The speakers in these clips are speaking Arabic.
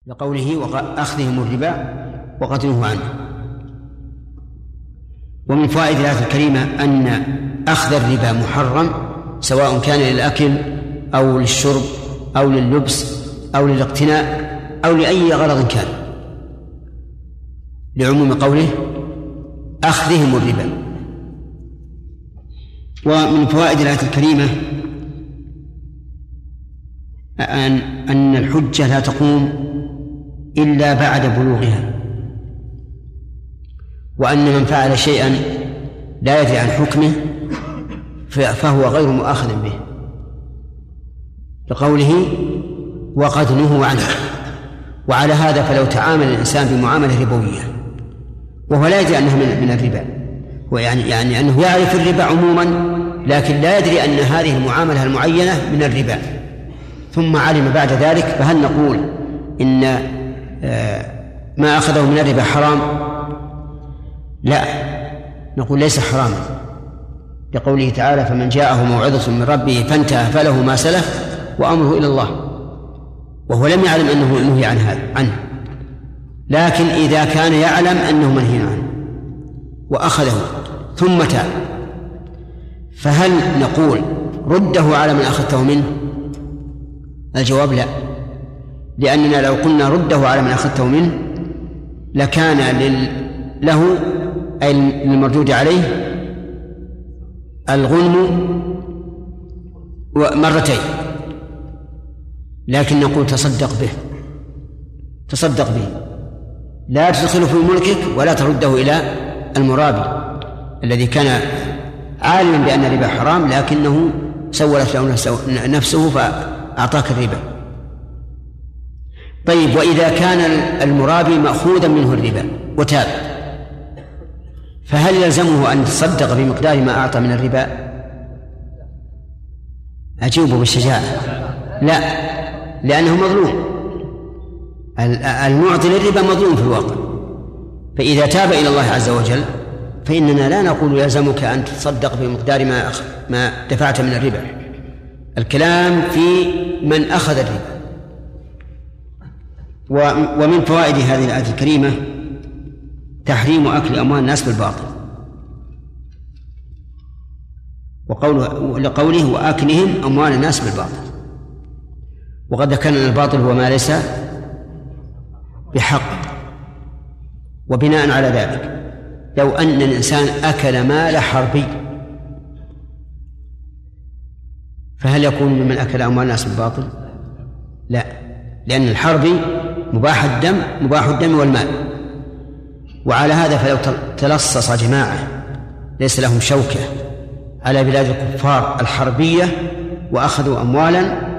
لقوله وأخذهم الربا وقد نهوا عنه. ومن فوائد الآية الكريمة أن أخذ الربا محرم، سواء كان للأكل أو للشرب أو لللبس أو للاقتناء أو لأي غرض كان، لعموم قوله أخذهم الربا. ومن فوائد الآية الكريمة أن الحجة لا تقوم إلا بعد بلوغها، وأن من فعل شيئا لا يدري عن حكمه فهو غير مؤاخذ به، لقوله وقد نهوا عنه. وعلى هذا فلو تعامل الإنسان بمعاملة ربوية وهو لا يدري أنها من الربا، يعني أنه يعرف الربا عموما لكن لا يدري أن هذه المعاملة المعينة من الربا، ثم علم بعد ذلك، فهل نقول إن ما أخذه من الربا حرام؟ لا، نقول ليس حراما، لقوله تعالى فمن جاءه موعظة من ربه فانتهى فله ما سلف وأمره إلى الله، وهو لم يعلم أنه نهي عنه. لكن إذا كان يعلم أنه منهي عنه وأخذه ثم تاب، فهل نقول رده على من أخذته منه؟ الجواب لا، لأننا لو قلنا رده على من أخذته منه لكان له أي للمردود عليه الغنم مرتين، لكن نقول تصدق به، لا تدخله في ملكك ولا ترده إلى المرابي الذي كان عالما بأن الربا حرام لكنه سولت له نفسه فأعطاك الربا. طيب، وإذا كان المرابي مأخوذا منه الربا وتاب، فهل يلزمه أن يتصدق بمقدار ما أعطى من الربا؟ أجيبه بالشجاعة لا، لأنه مظلوم، المعطي للربا مظلوم في الواقع. فإذا تاب إلى الله عز وجل فإننا لا نقول يلزمك أن تتصدق بمقدار ما دفعت من الربا، الكلام في من أخذ الربا. ومن فوائد هذه الآية الكريمة تحريم أكل أموال الناس بالباطل، لقوله وأكلهم أموال الناس بالباطل. وقد ذكرنا أن الباطل هو ما ليس بحق، وبناء على ذلك لو أن الإنسان أكل مال حربي فهل يكون ممن أكل أموال الناس بالباطل؟ لا، لأن الحربي مباح الدم والمال. وعلى هذا فلو تلصص جماعة ليس لهم شوكة على بلاد الكفار الحربية وأخذوا أموالا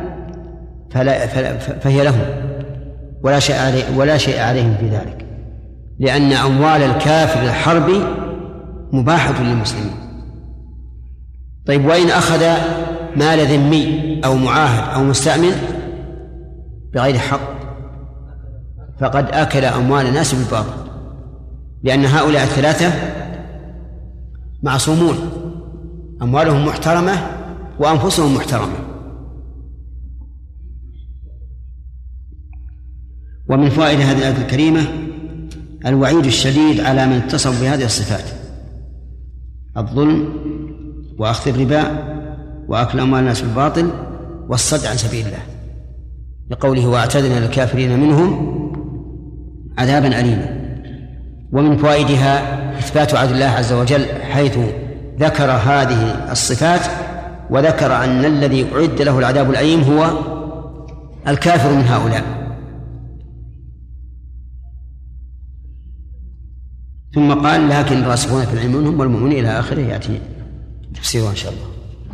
فهي لهم ولا شيء عليهم في ذلك، لأن أموال الكافر الحربي مباحة للمسلمين. طيب، وإن أخذ مال ذمي أو معاهد أو مستأمن بغير حق فقد أكل أموال الناس بالباطل، لأن هؤلاء الثلاثة معصومون، أموالهم محترمة وأنفسهم محترمة. ومن فوائد هذه الآية الكريمة الوعيد الشديد على من اتصف بهذه الصفات: الظلم وأخذ الربا وأكل أموال الناس بالباطل والصد عن سبيل الله، لقوله واعتدنا للكافرين منهم عذابا أليما. ومن فوائدها إثبات عدل الله عز وجل، حيث ذكر هذه الصفات وذكر أن الذي أعد له العذاب الأليم هو الكافر من هؤلاء. ثم قال لكن الراسخون في العلم منهم والمؤمنون إلى آخره، يأتي تفسيره إن شاء الله.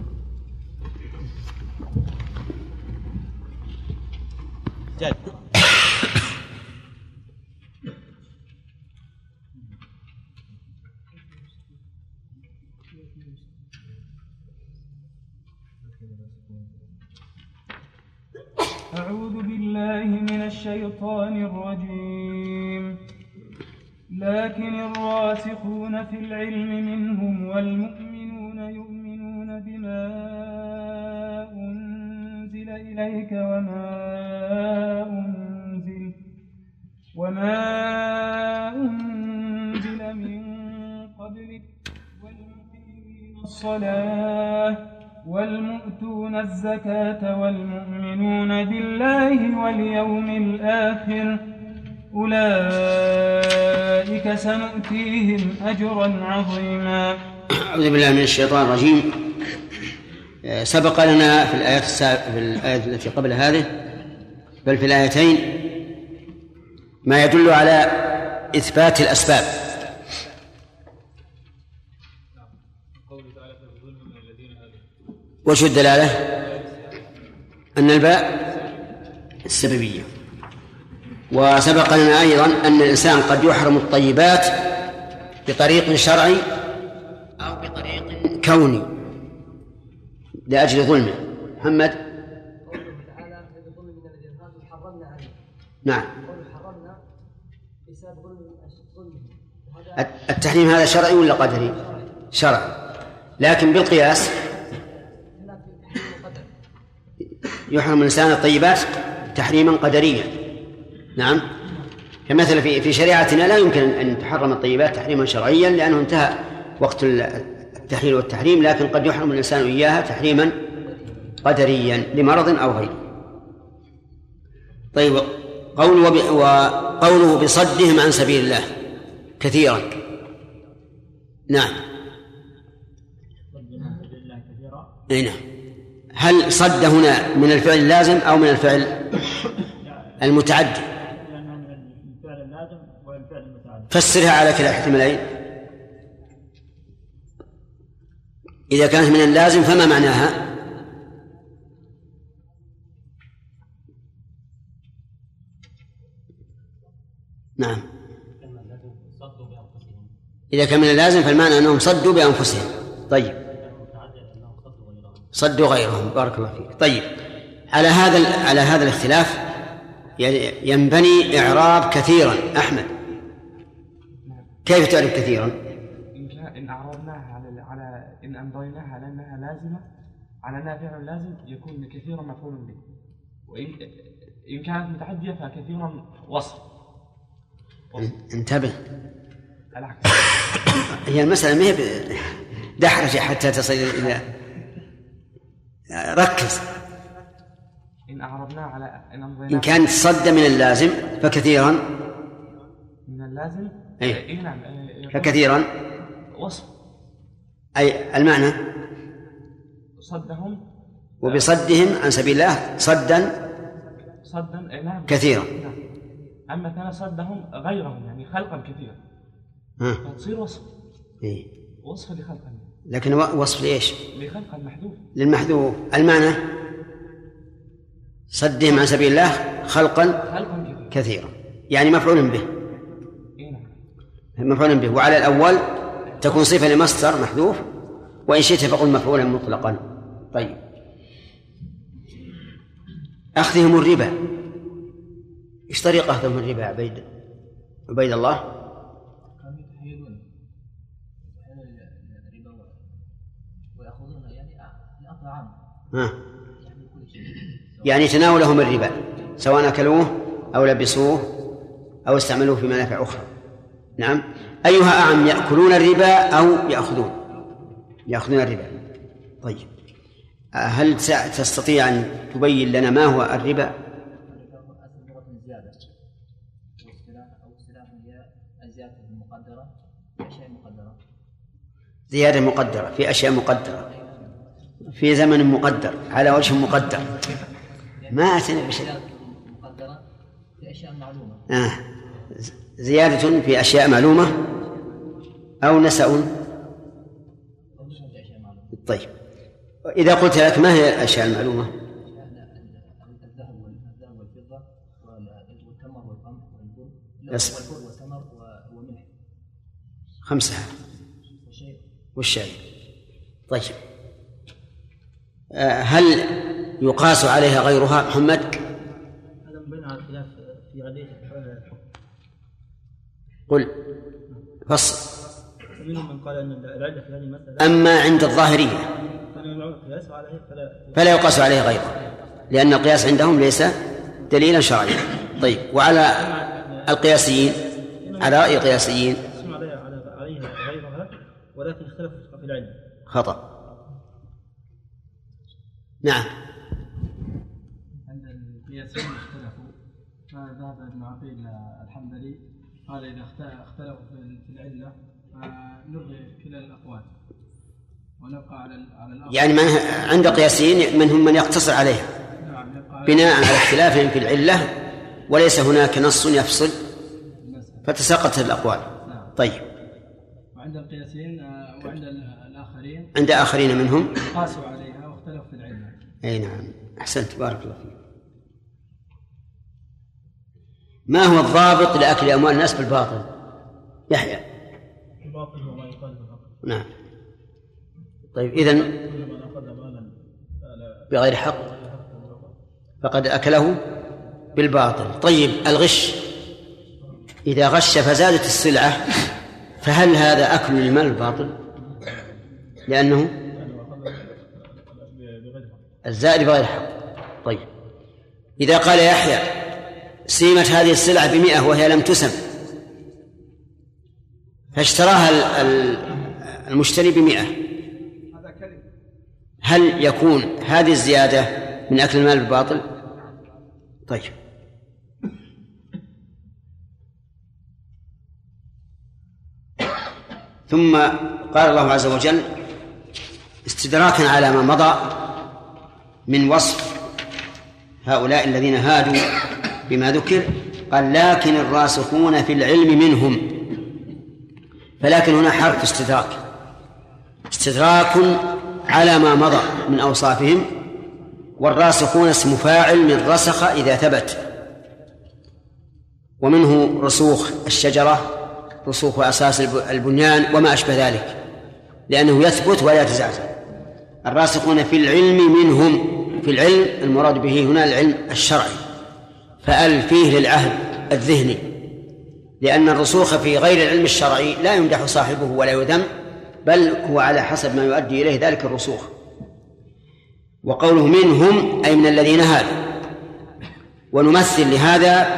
أعوذ بالله من الشيطان الرجيم. لكن الراسخون في العلم منهم والمؤمنون يؤمنون بما أنزل إليك وما وما أنزل من قبلك والمقيمين الصلاة والمؤتون الزكاة والمؤمنون بالله واليوم الآخر أولئك سنؤتيهم أجرا عظيما. أعوذ بالله من الشيطان الرجيم. سبق لنا في الآية التي قبل هذه بل في الآيتين ما يدل على إثبات الأسباب. وش الدلالة؟ أن الباء السببية. وسبق لنا أيضا أن الإنسان قد يحرم الطيبات بطريق شرعي أو بطريق كوني لأجل ظلمه. محمد. نعم. التحريم هذا شرعي ولا قدري؟ شرعي، لكن بالقياس يحرم الإنسان الطيبات تحريما قدريا. نعم، كمثل في شريعتنا لا يمكن أن تحرم الطيبات تحريما شرعيا لأنه انتهى وقت التحليل والتحريم، لكن قد يحرم الإنسان إياها تحريما قدريا لمرض أو غيره. طيب، وقوله بصدهم عن سبيل الله كثيرا. نعم. نعم. هل صد هنا من الفعل اللازم أو من الفعل المتعدي؟ فسرها على كلا الاحتمالين. إذا كانت من اللازم فما معناها؟ نعم، إذا كان من اللازم فالمعنى أنهم صدوا بأنفسهم. طيب، صدوا غيرهم. بارك الله فيك. طيب، على هذا الاختلاف ينبني إعراب كثيرا. أحمد، كيف تعرف كثيرا؟ إن أعرضناها على إن أمضيناها على أنها لازمة، على أنها فعل لازم، يكون كثيرا مفعول به، وإن كانت متعدية فكثيرا وصف. انتبه، هي المسألة ما هي دحرجة حتى تصل إلى، ركز. إن أعرضنا على إن كانت صد من اللازم فكثيرا من اللازم. أي نعم. فكثيرا وصف. أي المعنى صدهم وبصدهم عن سبيل الله صدا نعم كثيرا. نعم. أما كان صدهم غيرهم يعني خلقا كثيرا فتصير وصف. وصف لخلقا، لكن وصف لإيش؟ لخلق المحذوف، للمحذوف. المعنى صدهم عن سبيل الله خلقا كثيرا، يعني مفعول به. مفعول به. وعلى الأول تكون صفة لمصدر محذوف، وإن شئت فقل مفعولا مطلقا. طيب، أخذهم الربا، إيش طريقة أخذهم الربا عبيد الله؟ يعني تناولهم الربا سواء أكلوه أو لبسوه أو استعملوه في منافع أخرى. نعم. أيها أعم، يأكلون الربا أو يأخذون الربا؟ طيب، هل تستطيع أن تبين لنا ما هو الربا؟ زيادة مقدرة في أشياء مقدرة في زمن مقدر على وجه مقدر. ما أتنا بشيء. مقدرة في أشياء معلومة. زيادة في أشياء معلومة أو نسأ. طيب، إذا قلت لك ما هي الأشياء المعلومة؟ الذهب والفضة والتمر والقمح والبر والتمر والملح. 5. والشاي. طيب، هل يقاس عليها غيرها؟ محمد. هذا مبين على الخلاف في عديد الحكم. قل فصل. منهم من قال أن العلة في هذه المسألة أما عند الظاهرية فلا يقاس عليه غيره، لأن القياس عندهم ليس دليلا شرعيا. طيب، وعلى القياسيين على رأي القياسيين عليها غيرها ولكن اختلف في العلم. خطأ. نعم. عند القياسيين اختلفوا، فذهب ابن عقيل الحنبلي قال إذا اختلفوا في العلة فنلغي كلا الأقوال ونبقى على الأقوال. يعني عند قياسيين منهم من يقتصر عليها بناء على اختلافهم في العلة وليس هناك نص يفصل فتساقطت الأقوال. طيب. وعند القياسيين وعند الآخرين عند آخرين منهم قاسوا عليها واختلفوا في العلة. أي نعم، أحسنت، بارك الله فيك. ما هو الضابط لأكل أموال الناس بالباطل؟ يحيى. الباطل هو ما يقال بالحق. نعم. طيب إذن بغير حق فقد أكله بالباطل. طيب الغش، إذا غش فزادت السلعة فهل هذا أكل المال الباطل؟ لأنه الزائد بغير حق. طيب إذا قال يحيى سيمت هذه السلعة ب100 وهي لم تسم فاشتراها المشتري ب100، هل يكون هذه الزيادة من أكل المال بالباطل؟ طيب. ثم قال الله عز وجل استدراكا على ما مضى من وصف هؤلاء الذين هادوا بما ذكر، قال لكن الراسخون في العلم منهم، فلكن هنا حرف استدراك على ما مضى من أوصافهم، والراسخون اسم فاعل من رسخ إذا ثبت، ومنه رسوخ الشجرة، رسوخ أساس البنيان وما أشبه ذلك، لأنه يثبت ولا يتزعزع. الراسخون في العلم منهم، في العلم المراد به هنا العلم الشرعي، فأل فيه للعهد الذهني، لأن الرسوخ في غير العلم الشرعي لا يمدح صاحبه ولا يذم، بل هو على حسب ما يؤدي إليه ذلك الرسوخ. وقوله منهم أي من الذين هادوا، ونمثل لهذا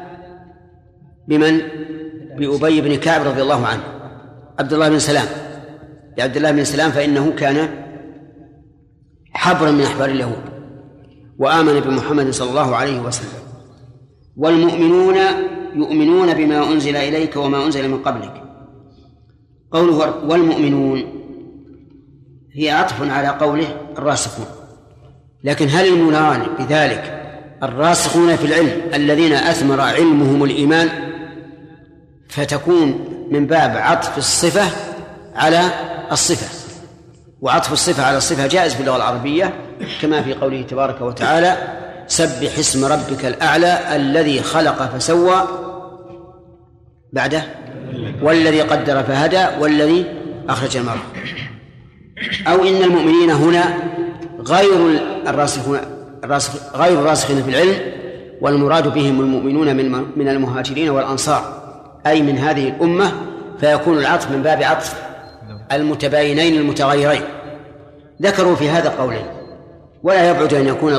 بمن؟ بأبي بن كعب رضي الله عنه، عبد الله بن سلام، لعبد الله بن سلام فإنه كان حبرا من أحبار اليهود وآمن بمحمد صلى الله عليه وسلم. والمؤمنون يؤمنون بما أنزل إليك وما أنزل من قبلك. قوله والمؤمنون هي عطف على قوله الراسخون، لكن هل المراد بذلك الراسخون في العلم الذين أثمر علمهم الإيمان، فتكون من باب عطف الصفة على الصفة، وعطف الصفة على الصفة جائز في اللغة العربية، كما في قوله تبارك وتعالى سبح اسم ربك الأعلى الذي خلق فسوى، بعده والذي قدر فهدى والذي أخرج المرعى. أو إن المؤمنين هنا غير الراسخين في العلم، والمراد بهم المؤمنون من المهاجرين والأنصار، أي من هذه الأمة، فيكون العطف من باب عطف المتباينين المتغيرين. ذكروا في هذا قولين، ولا يبعد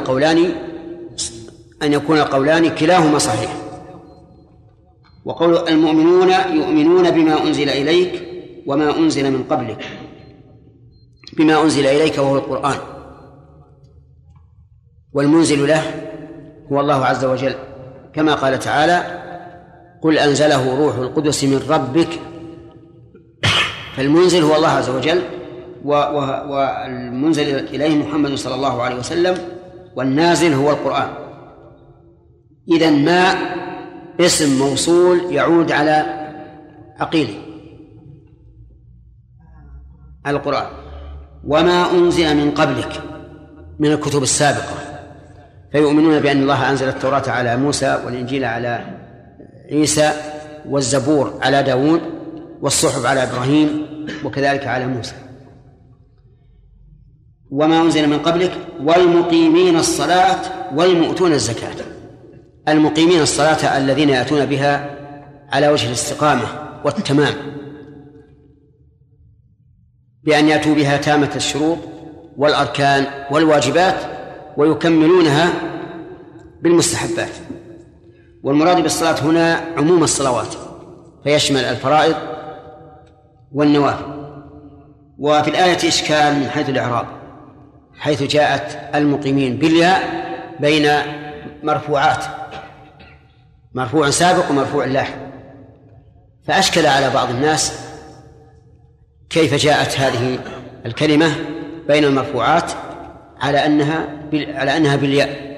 أن يكون القولان كلاهما صحيح. وقول المؤمنون يؤمنون بما أنزل إليك وما أنزل من قبلك، بما أنزل إليك وهو القرآن، والمنزل له هو الله عز وجل، كما قال تعالى قل أنزله روح القدس من ربك، فالمنزل هو الله عز وجل، والمنزل إليه محمد صلى الله عليه وسلم، والنازل هو القرآن. إذن ما اسم موصول يعود على عقيله القرآن. وما أنزل من قبلك من الكتب السابقة، فيؤمنون بأن الله أنزل التوراة على موسى، والإنجيل على عيسى، والزبور على داود، والصحف على إبراهيم، وكذلك على موسى. وما أنزل من قبلك والمقيمين الصلاة والمؤتون الزكاة. المقيمين الصلاة الذين يأتون بها على وجه الاستقامة والتمام، بأن يأتوا بها تامة الشروط والأركان والواجبات، ويكملونها بالمستحبات. والمراد بالصلاة هنا عموم الصلوات، فيشمل الفرائض والنوافل. وفي الآية إشكال من حيث الإعراب، حيث جاءت المقيمين بالياء بين مرفوعات، مرفوع سابق ومرفوع لاحق، فأشكل على بعض الناس كيف جاءت هذه الكلمة بين المرفوعات على أنها بالياء.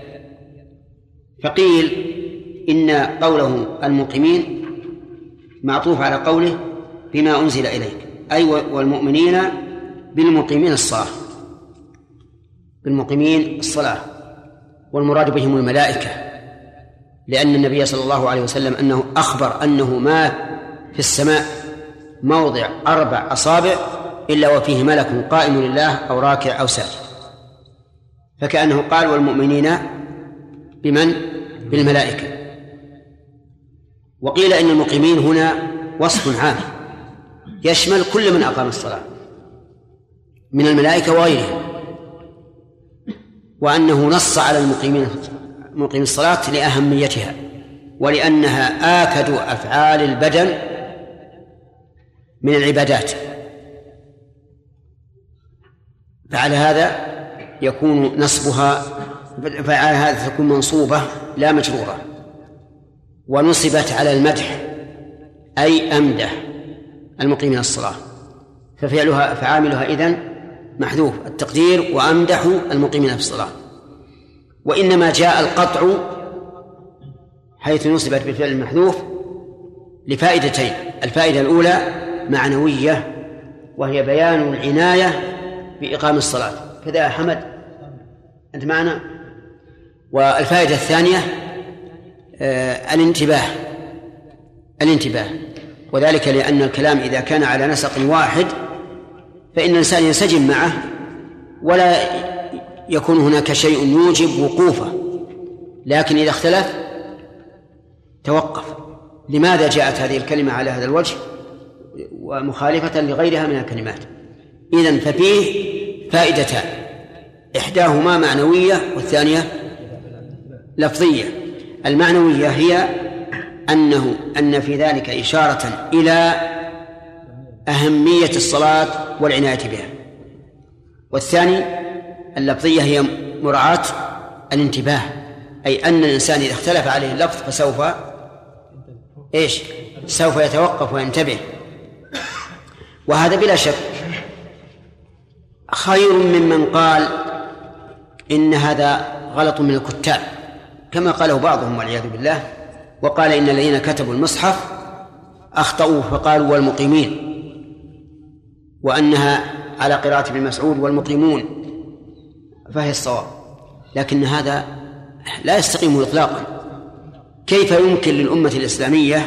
فقيل إن قوله المقيمين معطوف على قوله بما أنزل إليك، أي والمؤمنين بالمقيمين الصلاة، بالمقيمين الصلاة، والمراد بهم الملائكة، لأن النبي صلى الله عليه وسلم أنه أخبر أنه ما في السماء موضع 4 أصابع إلا وفيه ملك قائم لله أو راكع أو ساجد، فكأنه قال والمؤمنين بمن؟ بالملائكة. وقيل إن المقيمين هنا وصف عام يشمل كل من أقام الصلاة من الملائكة وغيرهم، وأنه نص على مقيم الصلاة لأهميتها ولأنها آكد أفعال البدن من العبادات، فعلى هذا يكون نصبها، فعلى هذا تكون منصوبة لا مجرورة، ونصبت على المدح أي أمدح المقيمين الصلاة، فعاملها إذن محذوف التقدير وأمدح المقيمين في الصلاة. وإنما جاء القطع حيث نصبت بالفعل المحذوف لفائدتين: الفائدة الأولى معنوية وهي بيان العناية بإقام الصلاة، كذا يا حمد أنت معنا. والفائدة الثانية الانتباه، وذلك لأن الكلام إذا كان على نسق واحد فإن الإنسان ينسجم معه ولا يكون هناك شيء يوجب وقوفه، لكن إذا اختلف توقف. لماذا جاءت هذه الكلمة على هذا الوجه ومخالفة لغيرها من الكلمات؟ إذن ففيه فائدتان، إحداهما معنوية والثانية لفظية. المعنوية هي أن في ذلك إشارة إلى أهمية الصلاة والعناية بها، والثاني اللفظية هي مراعاة الانتباه، أي أن الإنسان إذا اختلف عليه اللفظ سوف يتوقف وينتبه. وهذا بلا شك خير ممن قال إن هذا غلط من الكتاب كما قاله بعضهم والعياذ بالله، وقال إن الذين كتبوا المصحف أخطأوا فقالوا والمقيمين، وأنها على قراءة ابن مسعود والمقيمون، فهي الصواب. لكن هذا لا يستقيم إطلاقا. كيف يمكن للأمة الإسلامية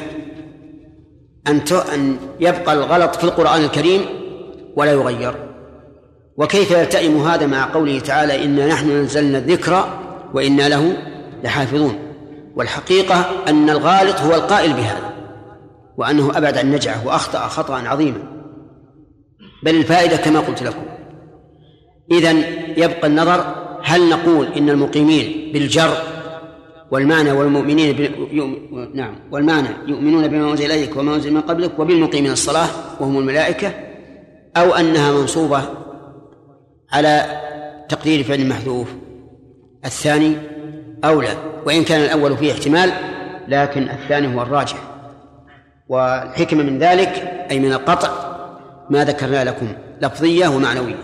أن يبقى الغلط في القرآن الكريم ولا يغير؟ وكيف يلتئم هذا مع قوله تعالى إنا نحن نزلنا الذكر وإنا له لحافظون؟ والحقيقة أن الغالط هو القائل بهذا، وأنه أبعد عن نجعه وأخطأ خطأ عظيما، بل الفائدة كما قلت لكم. إذن يبقى النظر، هل نقول إن المقيمين بالجر والمعنى والمؤمنين والمعنى يؤمنون بما أنزل إليك وما أنزل من قبلك وبالمقيمين الصلاة وهم الملائكة، أو أنها منصوبة على تقدير فعل محذوف؟ الثاني أولى، وإن كان الأول فيه احتمال، لكن الثاني هو الراجح. والحكمة من ذلك أي من القطع ما ذكرنا لكم لفظية ومعنوية.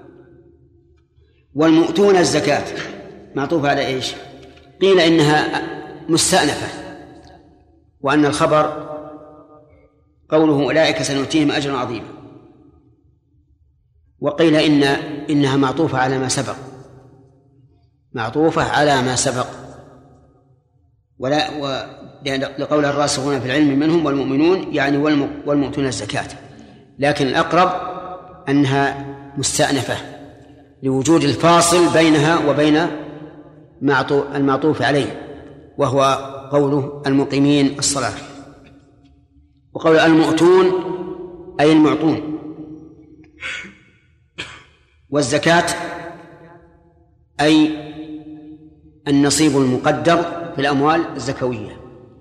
والمؤتون الزكاة معطوف على إيش؟ قيل إنها مستأنفة، وأن الخبر قوله أولئك سنؤتيهم أجرا عظيما. وقيل إنها معطوفة على ما سبق، معطوفة على ما سبق، لقول الراسخون في العلم منهم والمؤمنون يعني والمؤتون الزكاة، لكن الأقرب أنها مستأنفة لوجود الفاصل بينها وبين المعطوف عليه، وهو قوله المقيمين الصلاة. وقول المؤتون أي المعطون، والزكاة أي النصيب المقدر في الأموال الزكوية،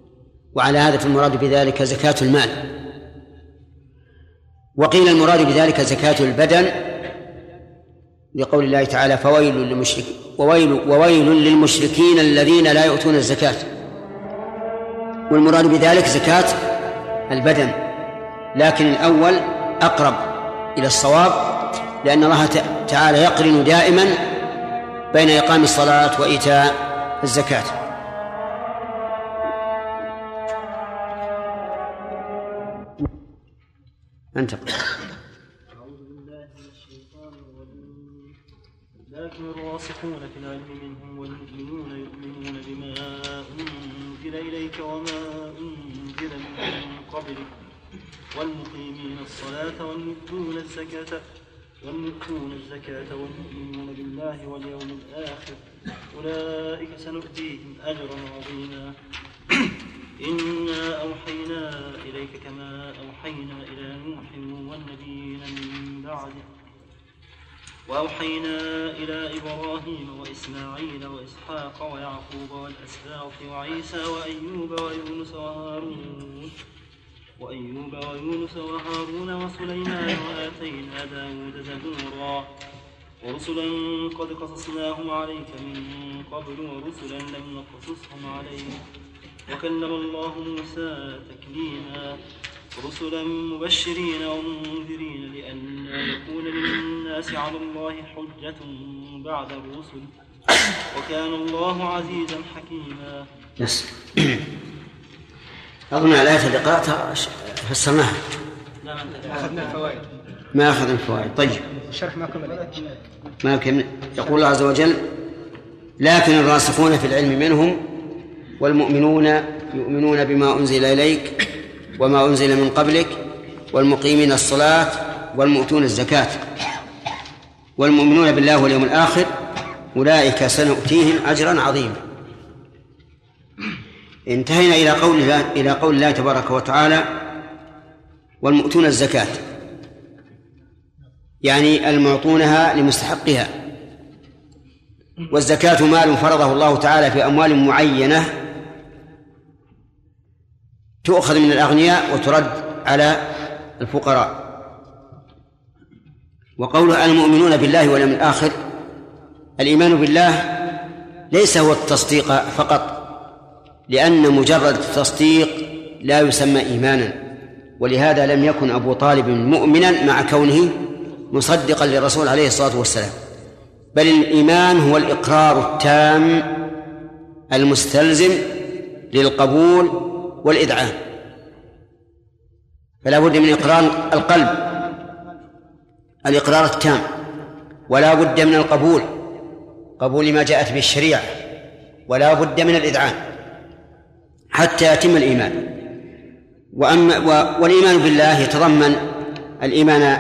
وعلى هذا فالمراد بذلك زكاة المال. وقيل المراد بذلك زكاة البدن لقول الله تعالى وويل للمشركين الذين لا يؤتون الزكاة، والمراد بذلك زكاة البدن، لكن الأول أقرب إلى الصواب، لأن الله تعالى يقرن دائما بين إقام الصلاة وإيتاء الزكاة. أنت أعوذ بالله من الشيطان الرجيم. لكن الراسخون في العلم منهم والمؤمنون يؤمنون بما أنزل إليك وما أنزل من قبلك والمقيمين الصلاة والمؤتون الزكاة والمؤمنون بالله واليوم الآخر أولئك سنؤتيهم أجرا عظيما. إنا أوحينا إليك كما أوحينا إلى نوح والنبيين من بعده وأوحينا إلى إبراهيم وإسماعيل وإسحاق ويعقوب والأسباط وعيسى وأيوب ويونس وهارون وسليمان وآتينا داود زبورا ورسلا قد قصصناهم عليك من قبل ورسلا لم نقصصهم عليك وكلم الله موسى تكليما رسلا مبشرين ومنذرين لئلا يكون للناس على الله حجة بعد الرسل وكان الله عزيزا حكيما. أظن الآية اللي قرأتها فسرناها. ما أخذنا الفوائد. طيب الشرح ما كمل. يقول الله عز وجل لكن الراسخون في العلم منهم والمؤمنون يؤمنون بما أنزل إليك وما أنزل من قبلك والمقيمين الصلاة والمؤتون الزكاة والمؤمنون بالله واليوم الآخر أولئك سنؤتيهم أجرا عظيما. انتهينا إلى قول الله تبارك وتعالى والمؤتون الزكاة، يعني المعطونها لمستحقها. والزكاة مال فرضه الله تعالى في أموال معينة تؤخذ من الأغنياء وترد على الفقراء. وقوله المؤمنون بالله واليوم الآخر، الإيمان بالله ليس هو التصديق فقط، لأن مجرد التصديق لا يسمى إيمانا، ولهذا لم يكن أبو طالب مؤمنا مع كونه مصدقا للرسول عليه الصلاة والسلام، بل الإيمان هو الإقرار التام المستلزم للقبول والإذعان. فلا بد من إقرار القلب الإقرار التام، ولا بد من القبول قبول ما جاءت به الشريعة، ولا بد من الإذعان حتى يتم الإيمان. والإيمان بالله يتضمن الإيمان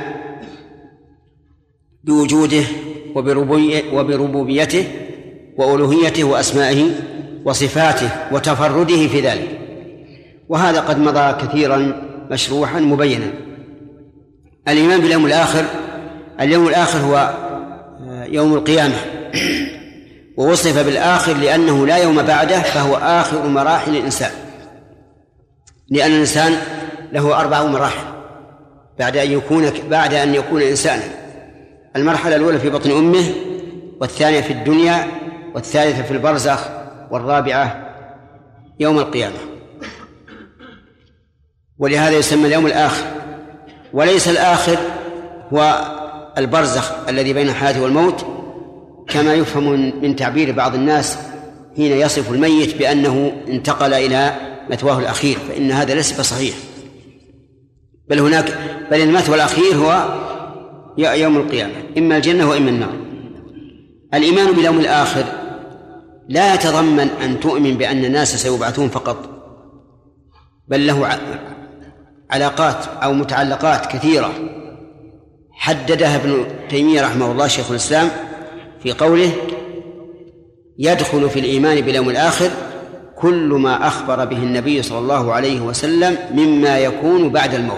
بوجوده وبربوبيته وألوهيته وأسمائه وصفاته وتفرده في ذلك، وهذا قد مضى كثيرا مشروحا مبينا. الإيمان باليوم الآخر، اليوم الآخر هو يوم القيامة، ووصف بالآخر لأنه لا يوم بعده، فهو آخر مراحل الإنسان، لأن الإنسان له 4 مراحل بعد أن يكون إنسانا. المرحلة الأولى في بطن أمه، والثانية في الدنيا، والثالثة في البرزخ، والرابعة يوم القيامة. ولهذا يسمى اليوم الآخر. وليس الآخر هو البرزخ الذي بين الحياة والموت كما يفهم من تعبير بعض الناس حين يصف الميت بأنه انتقل إلى مثواه الأخير، فإن هذا ليس بصحيح، بل المثوى الأخير هو يوم القيامة، إما الجنة وإما النار. الإيمان باليوم الآخر لا يتضمن أن تؤمن بأن الناس سيبعثون فقط، بل له علاقات أو متعلقات كثيرة حددها ابن تيمية رحمه الله شيخ الإسلام في قوله يدخل في الإيمان باليوم الآخر كل ما أخبر به النبي صلى الله عليه وسلم مما يكون بعد الموت،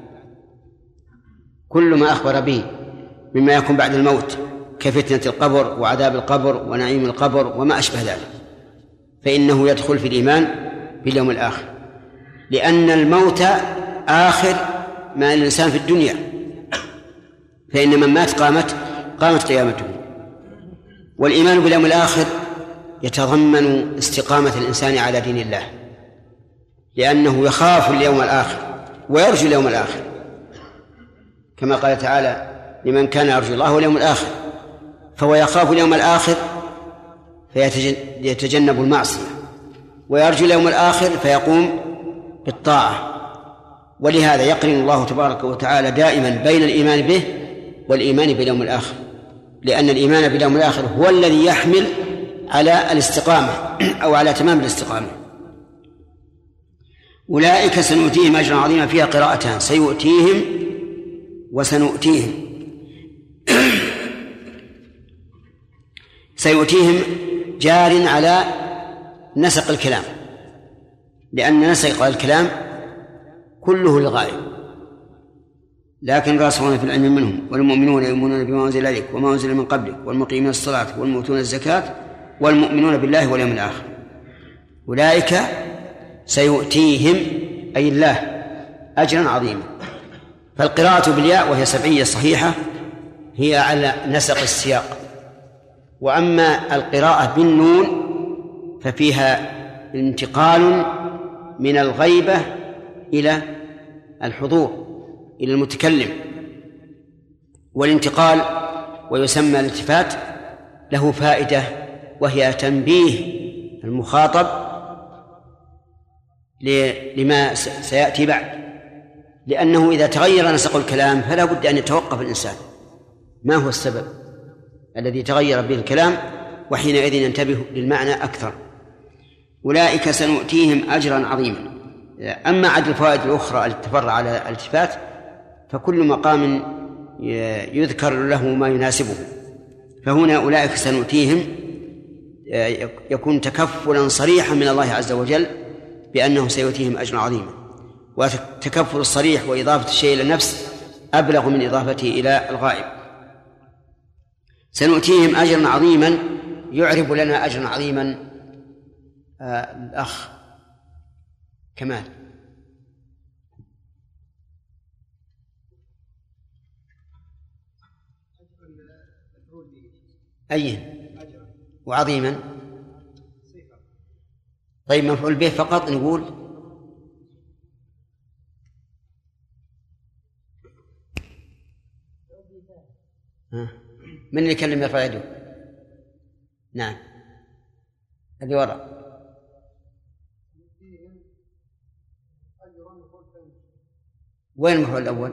كل ما أخبر به مما يكون بعد الموت كفتنة القبر وعذاب القبر ونعيم القبر وما أشبه ذلك، فإنه يدخل في الإيمان باليوم الآخر. لأن الموت آخر ما الإنسان في الدنيا، فإن من مات قامت قيامته. والإيمان باليوم الآخر يتضمن استقامة الإنسان على دين الله، لأنه يخاف اليوم الآخر ويرجو اليوم الآخر، كما قال تعالى: لمن كان يرجو الله واليوم الآخر، فهو يخاف اليوم الآخر فيتجنب المعصية، ويرجو اليوم الآخر فيقوم بالطاعة. ولهذا يقرن الله تبارك وتعالى دائما بين الإيمان به والإيمان باليوم الآخر، لأن الإيمان باليوم الآخر هو الذي يحمل على الاستقامة أو على تمام الاستقامة. أولئك سنؤتيهم أجرا عظيما، فيها قراءتان: سيؤتيهم وسنؤتيهم. سيؤتيهم جار على نسق الكلام، لأن نسق الكلام كله للغائب، لكن راسخون في العلم منهم والمؤمنون يؤمنون بما أنزل إليك وما أنزل من قبلك والمقيمين الصلاة والمؤتون الزكاة والمؤمنون بالله واليوم الآخر. أولئك سيؤتيهم أي الله أجرا عظيما. فالقراءة بالياء وهي سبعية صحيحة هي على نسق السياق، وأما القراءة بالنون ففيها انتقال من الغيبة إلى الحضور، إلى المتكلم. والانتقال ويسمى الالتفات له فائدة، وهي تنبيه المخاطب لما سيأتي بعد، لأنه إذا تغير نسق الكلام فلا بد أن يتوقف الإنسان ما هو السبب الذي تغير به الكلام، وحينئذ ينتبه للمعنى أكثر. أولئك سنؤتيهم أجرا عظيما. أما عد الفوائد الأخرى التي تفرع على الالتفات فكل مقام يذكر له ما يناسبه، فهنا أولئك سنؤتيهم يكون تكفلا صريحا من الله عز وجل بأنه سيؤتيهم أجرا عظيما. وتكفل الصريح وإضافة الشيء إلى النفس أبلغ من إضافته إلى الغائب. سنؤتيهم أجرا عظيما، يعرب لنا أجرا عظيما الأخ كمال. أي وعظيما؟ طيب مفعول به فقط نقول من اللي يكلم يرفع يده؟ نعم اللي وراء. وين المفعول الأول؟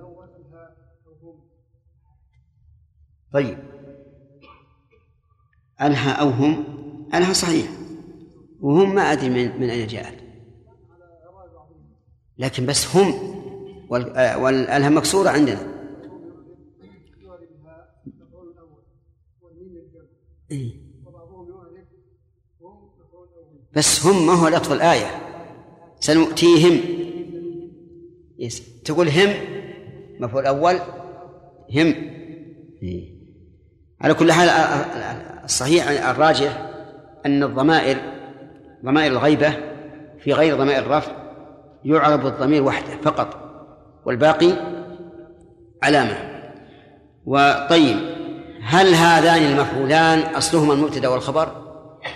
طيب أنهى أو هم، أنهى صحيح، وهم ما أدري من أين جاءت، لكن بس هم والأنهى مكسورة عندنا. بس هم ما هو لفظ الآية. سنؤتيهم تقول هم مفعول أول هم. على كل حال الصحيح الراجح أن الضمائر ضمائر الغيبة في غير ضمائر الرفع يعرب الضمير وحده فقط والباقي علامة. وطيب هل هذان المفعولان أصلهما المبتدأ والخبر؟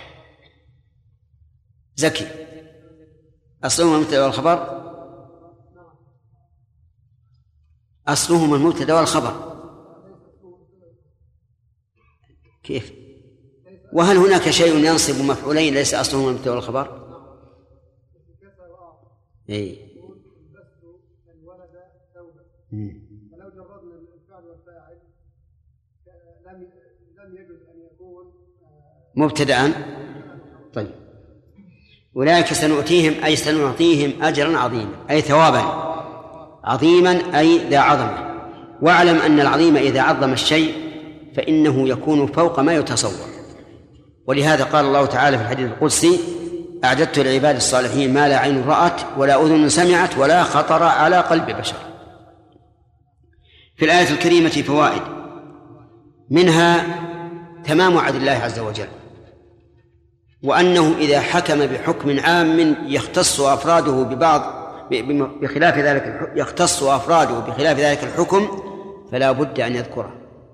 زكي أصلهما المبتدأ والخبر؟ أصلهما المبتدأ والخبر. كيف؟ وهل هناك شيء ينصب مفعولين ليس أصلهما المبتدأ والخبر؟ إيه. فلو جردنا الفعل والفاعل لم يجوز أن يكون مبتدأ. طيب أولئك سنؤتيهم أي سنعطيهم أجرا عظيما أي ثوابا عظيما أي ذا عظمة. واعلم أن العظيم إذا عظم الشيء فإنه يكون فوق ما يتصور. ولهذا قال الله تعالى في الحديث القدسي: أعددت لعباد الصالحين ما لا عين رأت ولا أذن سمعت ولا خطر على قلب بشر. في الآية الكريمة فوائد، منها تمام وعد الله عز وجل، وأنه إذا حكم بحكم عام يختص أفراده بخلاف ذلك يختص أفراده بخلاف ذلك الحكم فلا بد أن يذكره.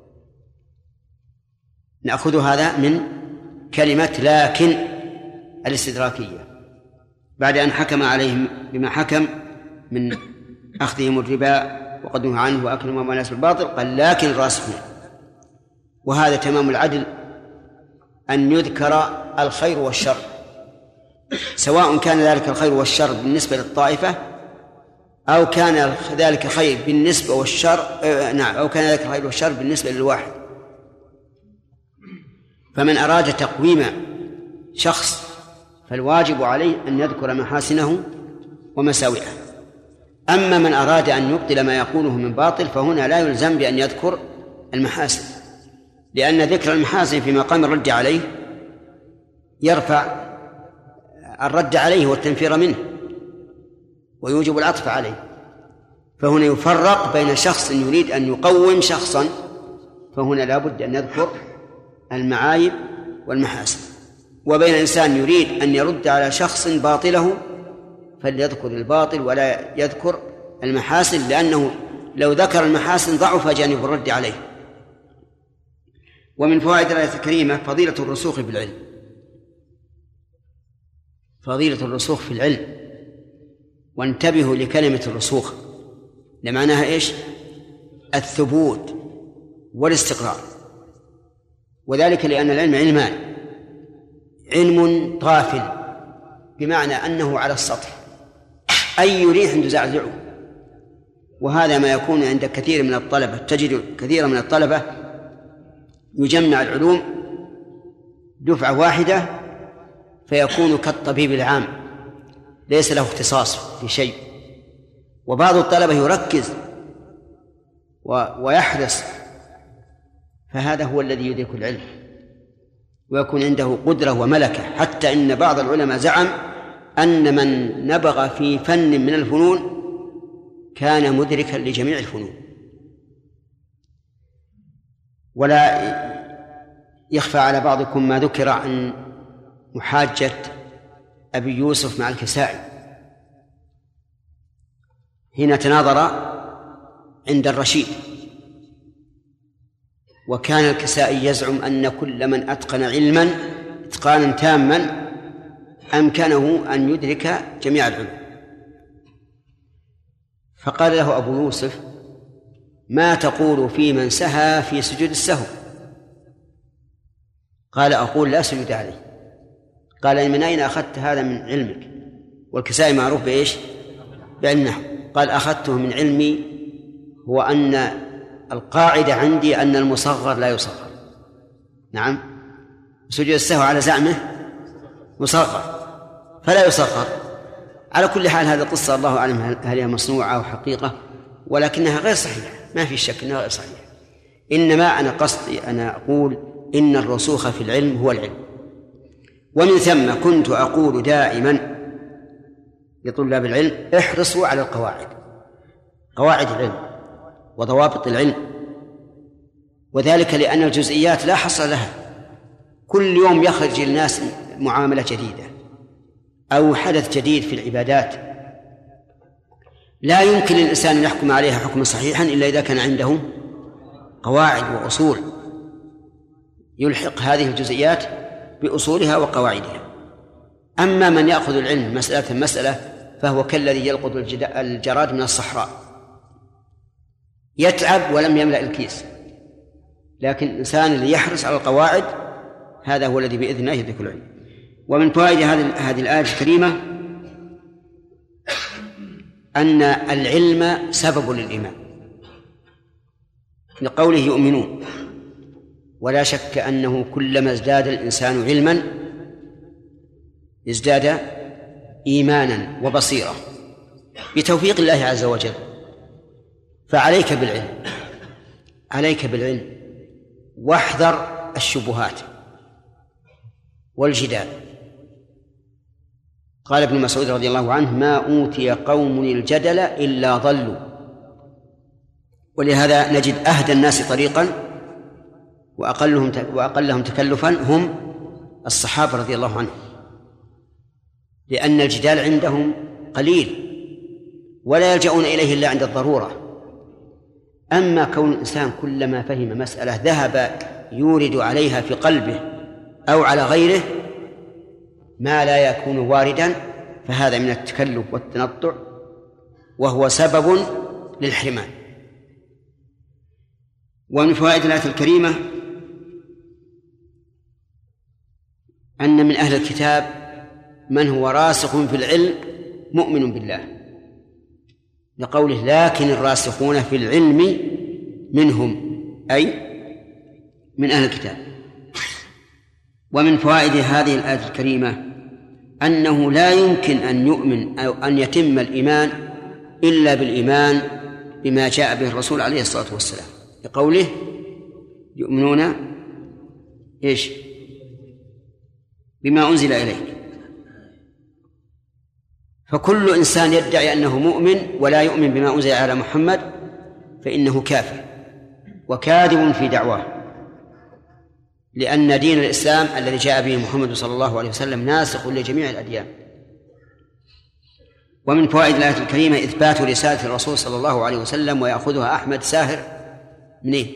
نأخذ هذا من كلمة لكن الاستدراكية، بعد أن حكم عليهم بما حكم من أخذهم الربا وقدمه عنه وأكلهم أموال الناس بالباطل، قال لكن الراسخون. وهذا تمام العدل أن يذكر الخير والشر، سواء كان ذلك الخير والشر بالنسبة للطائفة أو كان ذلك خير بالنسبة والشر أو كان ذلك الخير والشر بالنسبة للواحد. فمن أراد تقويم شخص فالواجب عليه أن يذكر محاسنه ومساوئه. أما من أراد أن يبطل ما يقوله من باطل فهنا لا يلزم بأن يذكر المحاسن، لأن ذكر المحاسن في مقام الرد عليه يرفع الرد عليه والتنفير منه ويوجب العطف عليه. فهنا يفرق بين شخص يريد أن يقوم شخصا، فهنا لا بد أن يذكر المعايب والمحاسن، وبين إنسان يريد أن يرد على شخص باطله فليذكر الباطل ولا يذكر المحاسن، لأنه لو ذكر المحاسن ضعف جانب الرد عليه. ومن فوائد الآية الكريمة فضيلة الرسوخ في العلم، فضيلة الرسوخ في العلم. وانتبهوا لكلمة الرسوخ لمعناها إيش؟ الثبوت والاستقرار، وذلك لأن العلم علمان: علم طافل بمعنى أنه على السطح أي ريح تزعزعه، وهذا ما يكون عند كثير من الطلبة. تجد كثير من الطلبة يجمع العلوم دفعة واحدة فيكون كالطبيب العام ليس له اختصاص في شيء، وبعض الطلبة يركز ويحرص، فهذا هو الذي يدرك العلم ويكون عنده قدرة وملكة. حتى إن بعض العلماء زعم أن من نبغ في فن من الفنون كان مدركا لجميع الفنون. ولا يخفى على بعضكم ما ذكر عن محاجة أبي يوسف مع الكسائي حين تناظر عند الرشيد، وكان الكسائي يزعم أن كل من أتقن علما إتقانا تاما أمكنه أن يدرك جميع العلوم. فقال له أبو يوسف: ما تقول في من سهى في سجود السهو؟ قال: أقول لا سجود عليه. قال: من أين أخذت هذا من علمك؟ والكسائي معروف بإيش؟ بعلمه. قال: أخذته من علمي، هو أن القاعدة عندي أن المصغر لا يصغر. نعم، سجود السهو على زعمه مصغر فلا يصغر. على كل حال هذه القصة الله أعلم هل هي مصنوعة أو حقيقة، ولكنها غير صحيحة، ما في شك أنها غير صحيحة. إنما أنا قصدي أنا أقول إن الرسوخ في العلم هو العلم. ومن ثم كنت أقول دائما لطلاب العلم: احرصوا على قواعد العلم وضوابط العلم، وذلك لأن الجزئيات لا حصر لها. كل يوم يخرج الناس معاملة جديدة أو حدث جديد في العبادات، لا يمكن للإنسان أن يحكم عليها حكما صحيحا إلا إذا كان عنده قواعد وأصول يلحق هذه الجزئيات بأصولها وقواعدها. أما من يأخذ العلم مسألة فهو كالذي يلقط الجراد من الصحراء، يتعب ولم يملأ الكيس. لكن الإنسان اللي يحرص على القواعد هذا هو الذي بإذن الله يدرك العلم. ومن فوائد هذه الآية الكريمة أن العلم سبب للإيمان، لقوله يؤمنون. ولا شك أنه كلما ازداد الإنسان علما ازداد إيمانا وبصيرة بتوفيق الله عز وجل. فعليك بالعلم، واحذر الشبهات والجدال. قال ابن مسعود رضي الله عنه: ما أوتي قوم الجدل إلا ضلوا. ولهذا نجد أهدى الناس طريقا وأقلهم تكلفا هم الصحابة رضي الله عنهم، لأن الجدال عندهم قليل ولا يلجؤون إليه إلا عند الضرورة. أما كون الإنسان كلما فهم مسألة ذهب يورد عليها في قلبه أو على غيره ما لا يكون واردا، فهذا من التكلف والتنطع، وهو سبب للحرمان. ومن فوائد الآية الكريمة أن من أهل الكتاب من هو راسخ في العلم مؤمن بالله، لقوله لكن الراسخون في العلم منهم، أي من أهل الكتاب. ومن فوائد هذه الآية الكريمة أنه لا يمكن أن يؤمن أو أن يتم الإيمان إلا بالإيمان بما جاء به الرسول عليه الصلاة والسلام، لقوله يؤمنون إيش؟ بما أنزل إليك. فكل إنسان يدعي أنه مؤمن ولا يؤمن بما أنزل على محمد فإنه كافر وكاذب في دعواه، لأن دين الإسلام الذي جاء به محمد صلى الله عليه وسلم ناسخ لجميع الأديان. ومن فوائد الآية الكريمة إثبات رسالة الرسول صلى الله عليه وسلم، ويأخذها أحمد ساهر منين؟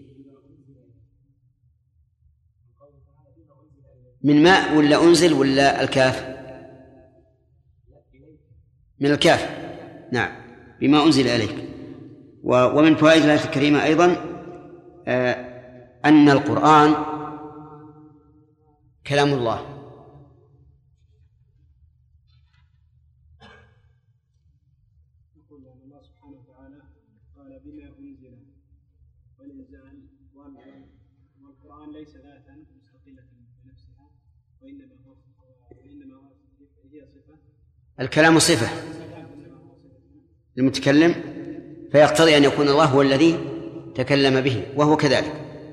من ماء ولا أنزل ولا الكاف؟ من الكاف، نعم، بما أنزل إليك. ومن فوائد الآية الكريمة أيضا أن القرآن كلام الله، يقول أن الله سبحانه وتعالى قال بما أنزل، والإنزال والقرآن ليس ذاتا مستقلة بنفسها، وإنما هي صفة. الكلام صفة المتكلم، فيقتضي أن يكون الله هو الذي تكلم به، وهو كذلك.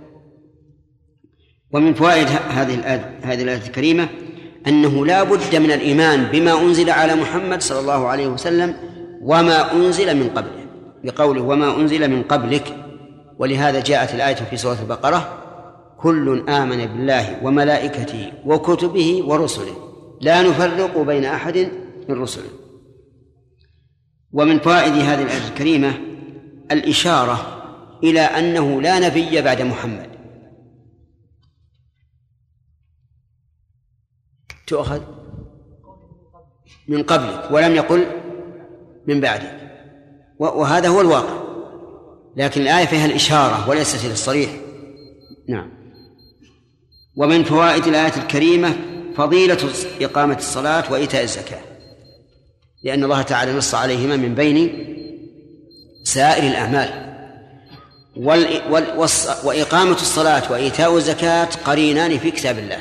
ومن فوائد هذه الآية الكريمة أنه لا بد من الإيمان بما أنزل على محمد صلى الله عليه وسلم وما أنزل من قبله، بقوله وما أنزل من قبلك. ولهذا جاءت الآية في سورة البقرة كل آمن بالله وملائكته وكتبه ورسله لا نفرق بين أحد من رسله. ومن فوائد هذه الآية الكريمة الإشارة إلى أنه لا نبي بعد محمد، تؤخذ من قبلك ولم يقل من بعدك، وهذا هو الواقع، لكن الآية فيها الإشارة وليست الصريح. نعم. ومن فوائد الآية الكريمة فضيلة إقامة الصلاة وإيتاء الزكاة، لأن الله تعالى نص عليهما من بين سائر الأعمال. وإقامة الصلاة وإيتاء الزكاة قرينان في كتاب الله،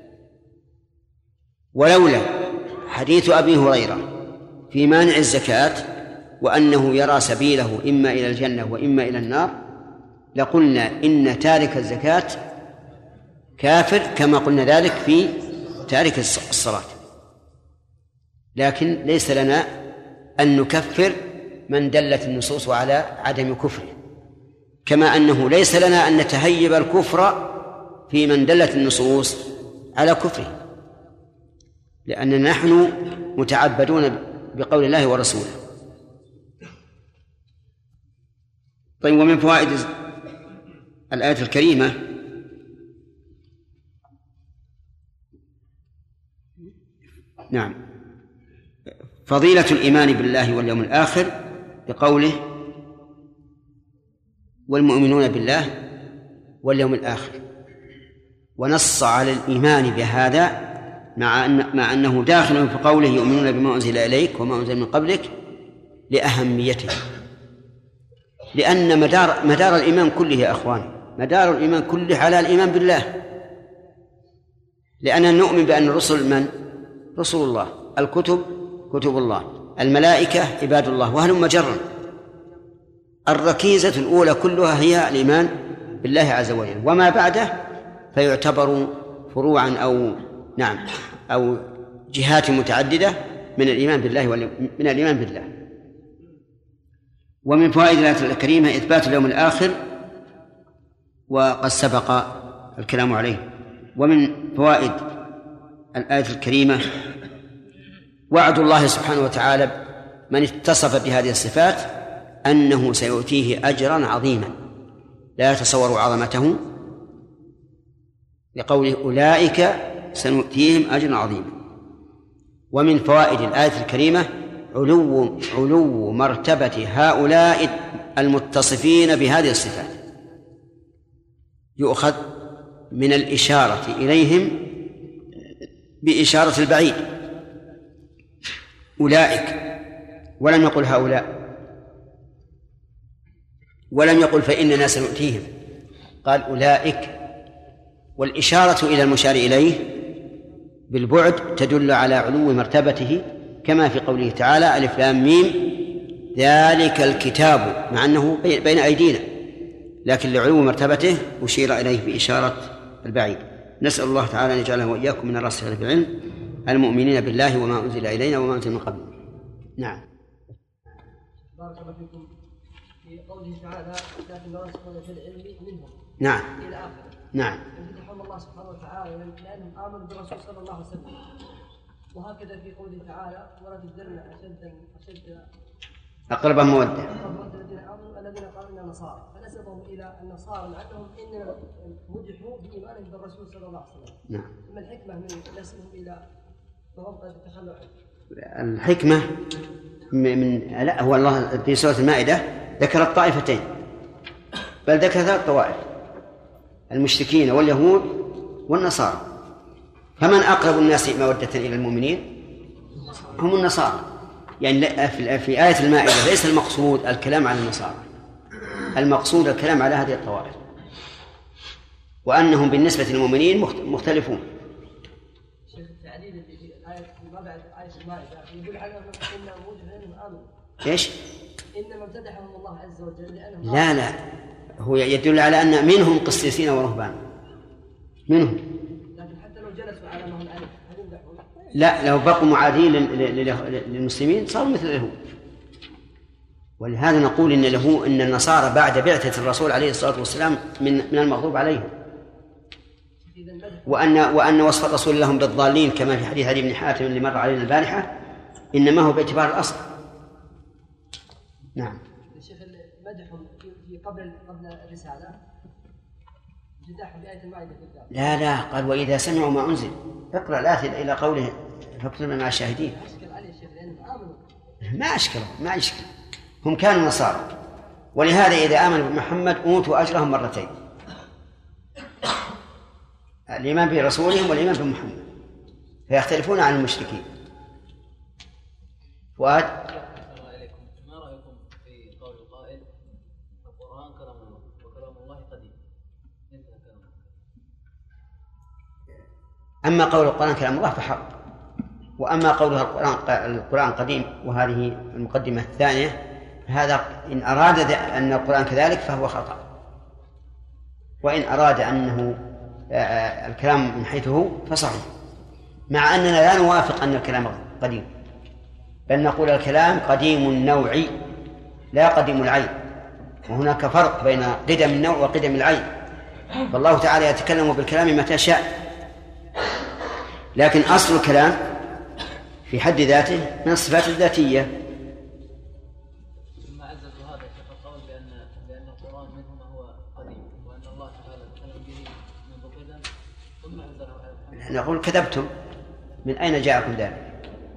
ولولا حديث أبي هريرة في مانع الزكاة وأنه يرى سبيله إما إلى الجنة وإما إلى النار لقلنا إن تارك الزكاة كافر، كما قلنا ذلك في تارك الصلاة. لكن ليس لنا أن نكفر من دلت النصوص على عدم كفره، كما أنه ليس لنا أن نتهيب الكفر في من دلت النصوص على كفره، لأننا نحن متعبدون بقول الله ورسوله. طيب، ومن فوائد الآية الكريمة نعم فضيلة الإيمان بالله واليوم الآخر بقوله والمؤمنون بالله واليوم الآخر، ونص على الإيمان بهذا مع أنه داخل في قوله يؤمنون بما أنزل إليك وما أنزل من قبلك لأهميته، لأن مدار الإيمان كله يا أخوان، مدار الإيمان كله على الإيمان بالله، لأننا نؤمن بأن الرسل من؟ رسول الله، الكتب كتب الله، الملائكة عباد الله، وهلم جرا. الركيزة الأولى كلها هي الإيمان بالله عز وجل، وما بعده فيعتبر فروعا أو جهات متعددة من الإيمان بالله ومن فوائد الآية الكريمة إثبات اليوم الآخر، وقد سبق الكلام عليه. ومن فوائد الآية الكريمة وعد الله سبحانه وتعالى من اتصف بهذه الصفات أنه سيؤتيه أجرا عظيما لا يتصور عظمته، لقوله أولئك سنؤتيهم أجرا عظيما. ومن فوائد الآية الكريمة علو مرتبة هؤلاء المتصفين بهذه الصفات، يؤخذ من الإشارة إليهم بإشارة البعيد أولئك، ولم يقل هؤلاء، ولم يقل فإننا سنؤتيهم، قال أولئك، والإشارة إلى المشار إليه بالبعد تدل على علو مرتبته، كما في قوله تعالى ألف لام ميم ذلك الكتاب، مع أنه بين أيدينا، لكن لعلو مرتبته أشير إليه بإشارة البعيد. نسأل الله تعالى أن يجعله وإياكم من الراسخين في العلم المؤمنين بالله وما أنزل إلينا وما أنزل من قبل. نعم. بارك الله فيكم. في قوله تعالى لكن الراسخون في العلم منهم. نعم. إلى آخره. نعم. يمدحهم الله سبحانه وتعالى لأنهم آمنوا بالرسول صلى الله عليه وسلم. وهكذا في قوله تعالى ولا تجدن أشد أقرب مودة الذين آمنوا الذين قالوا إننا نصارى، فنسبهم إلى النصارى لأنهم إنما مدحوا بإيمانهم بالرسول صلى الله عليه وسلم. نعم. ما الحكمة من نسبهم إلى فهم قد تخلوا عنه؟ الحكمة لا، هو الله في سورة المائدة ذكر الطائفتين، بل ذكر 3 طوائف: المشركين واليهود والنصارى. فمن أقرب الناس مودة إلى المؤمنين هم النصارى. يعني في آية المائدة ليس المقصود الكلام على النصارى، المقصود الكلام على هذه الطوائف، وأنهم بالنسبة للمؤمنين مختلفون. التعديل اللي في الآية ما بعد آية المائدة يقول عنهم إنهم وجههم آمنوا. إيش؟ إنما امتدحهم الله عز وجل لأنهم لا هو يدل على أن منهم قسيسين ورهبان، منهم. لكن حتى لو جلسوا على ما هم عليه هل يمدحون؟ لا، لو بقوا معادين للمسلمين صاروا مثل اليهود. ولهذا نقول إن النصارى بعد بعثة الرسول عليه الصلاة والسلام من المغضوب عليهم، وأن وصف الرسول لهم بالضالين كما في حديث علي بن حاتم اللي مر علينا البارحة إنما هو باعتبار الأصل. نعم. الشيخ مدحهم في قبل الرسالة جداح بآية المائدة. لا قال وإذا سمعوا ما أنزل. اقرأ الآية إلى قوله فاكتبنا مع الشاهدين. أشكل عليه الشيخ لأنهم آمنوا. ما أشكل، هم كانوا نصارى، ولهذا إذا آمنوا بمحمد أوتوا أجرهم مرتين، الإيمان برسولهم والإيمان بمحمد، فيختلفون عن المشركين. فؤاد، ما رأيكم في قول القائل القرآن كلام الله وكلام الله قديم؟ أما قول القرآن كلام الله فحق، وأما قولها القرآن قديم وهذه المقدمة الثانية، هذا إن أراد أن القرآن كذلك فهو خطأ، وإن أراد أنه الكلام من حيث هو فصحيح، مع أننا لا نوافق أن الكلام قديم، بل نقول الكلام قديم النوع لا قديم العين، وهناك فرق بين قدم النوع وقدم العين. فالله تعالى يتكلم بالكلام متى شاء، لكن أصل الكلام في حد ذاته من الصفات الذاتية. ثم عززوا هذا شيخ القول بأن القرآن منه ما هو قديم، وأن الله تعالى تكلم به منذ قدم ثم أنزله على محمد. نقول كذبتم، من أين جاءكم ذلك؟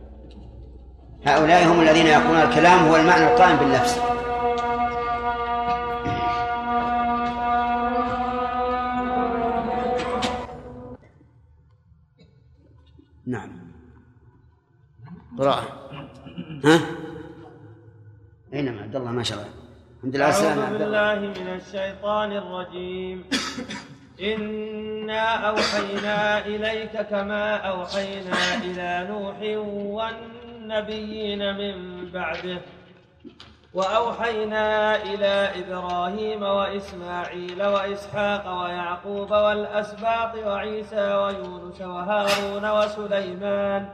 هؤلاء هم الذين يقولون الكلام هو المعنى القائم بالنفس. نعم. قراءة. ها؟ أينما عبد الله ما شاء الله. الحمد لله. أعوذ بالله من الشيطان الرجيم. إنا أوحينا إليك كما أوحينا إلى نوح والنبيين من بعده وأوحينا إلى إبراهيم وإسماعيل وإسحاق ويعقوب والأسباط وعيسى ويونس وهارون وسليمان